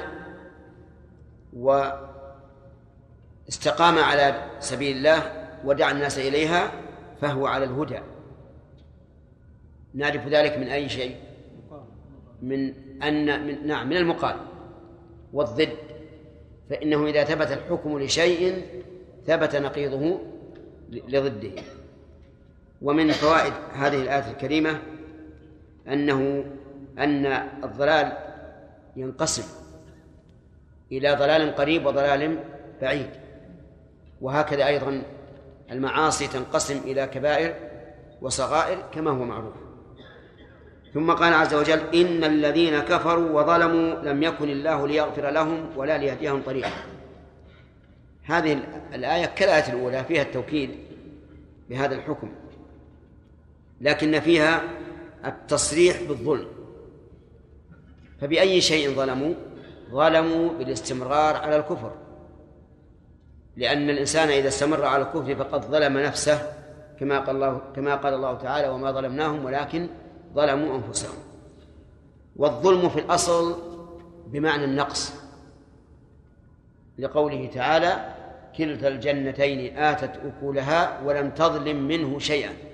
واستقام على سبيل الله ودعا الناس إليها فهو على الهدى. نعرف ذلك من أي شيء؟ من المقال والضد. فإنه إذا ثبت الحكم لشيء ثبت نقيضه لضده. ومن فوائد هذه الآية الكريمة أن الضلال ينقسم إلى ضلال قريب وضلال بعيد. وهكذا أيضا المعاصي تنقسم إلى كبائر وصغائر كما هو معروف. ثم قال عز وجل إن الذين كفروا وظلموا لم يكن الله ليغفر لهم ولا ليهديهم طريقا. هذه الآية كالآية الأولى فيها التوكيد بهذا الحكم لكن فيها التصريح بالظلم. فبأي شيء ظلموا بالاستمرار على الكفر لأن الإنسان إذا استمر على الكفر فقد ظلم نفسه كما قال الله تعالى وما ظلمناهم ولكن ظلموا أنفسهم. والظلم في الأصل بمعنى النقص لقوله تعالى كلتا الجنتين آتت أكلها ولم تظلم منه شيئا.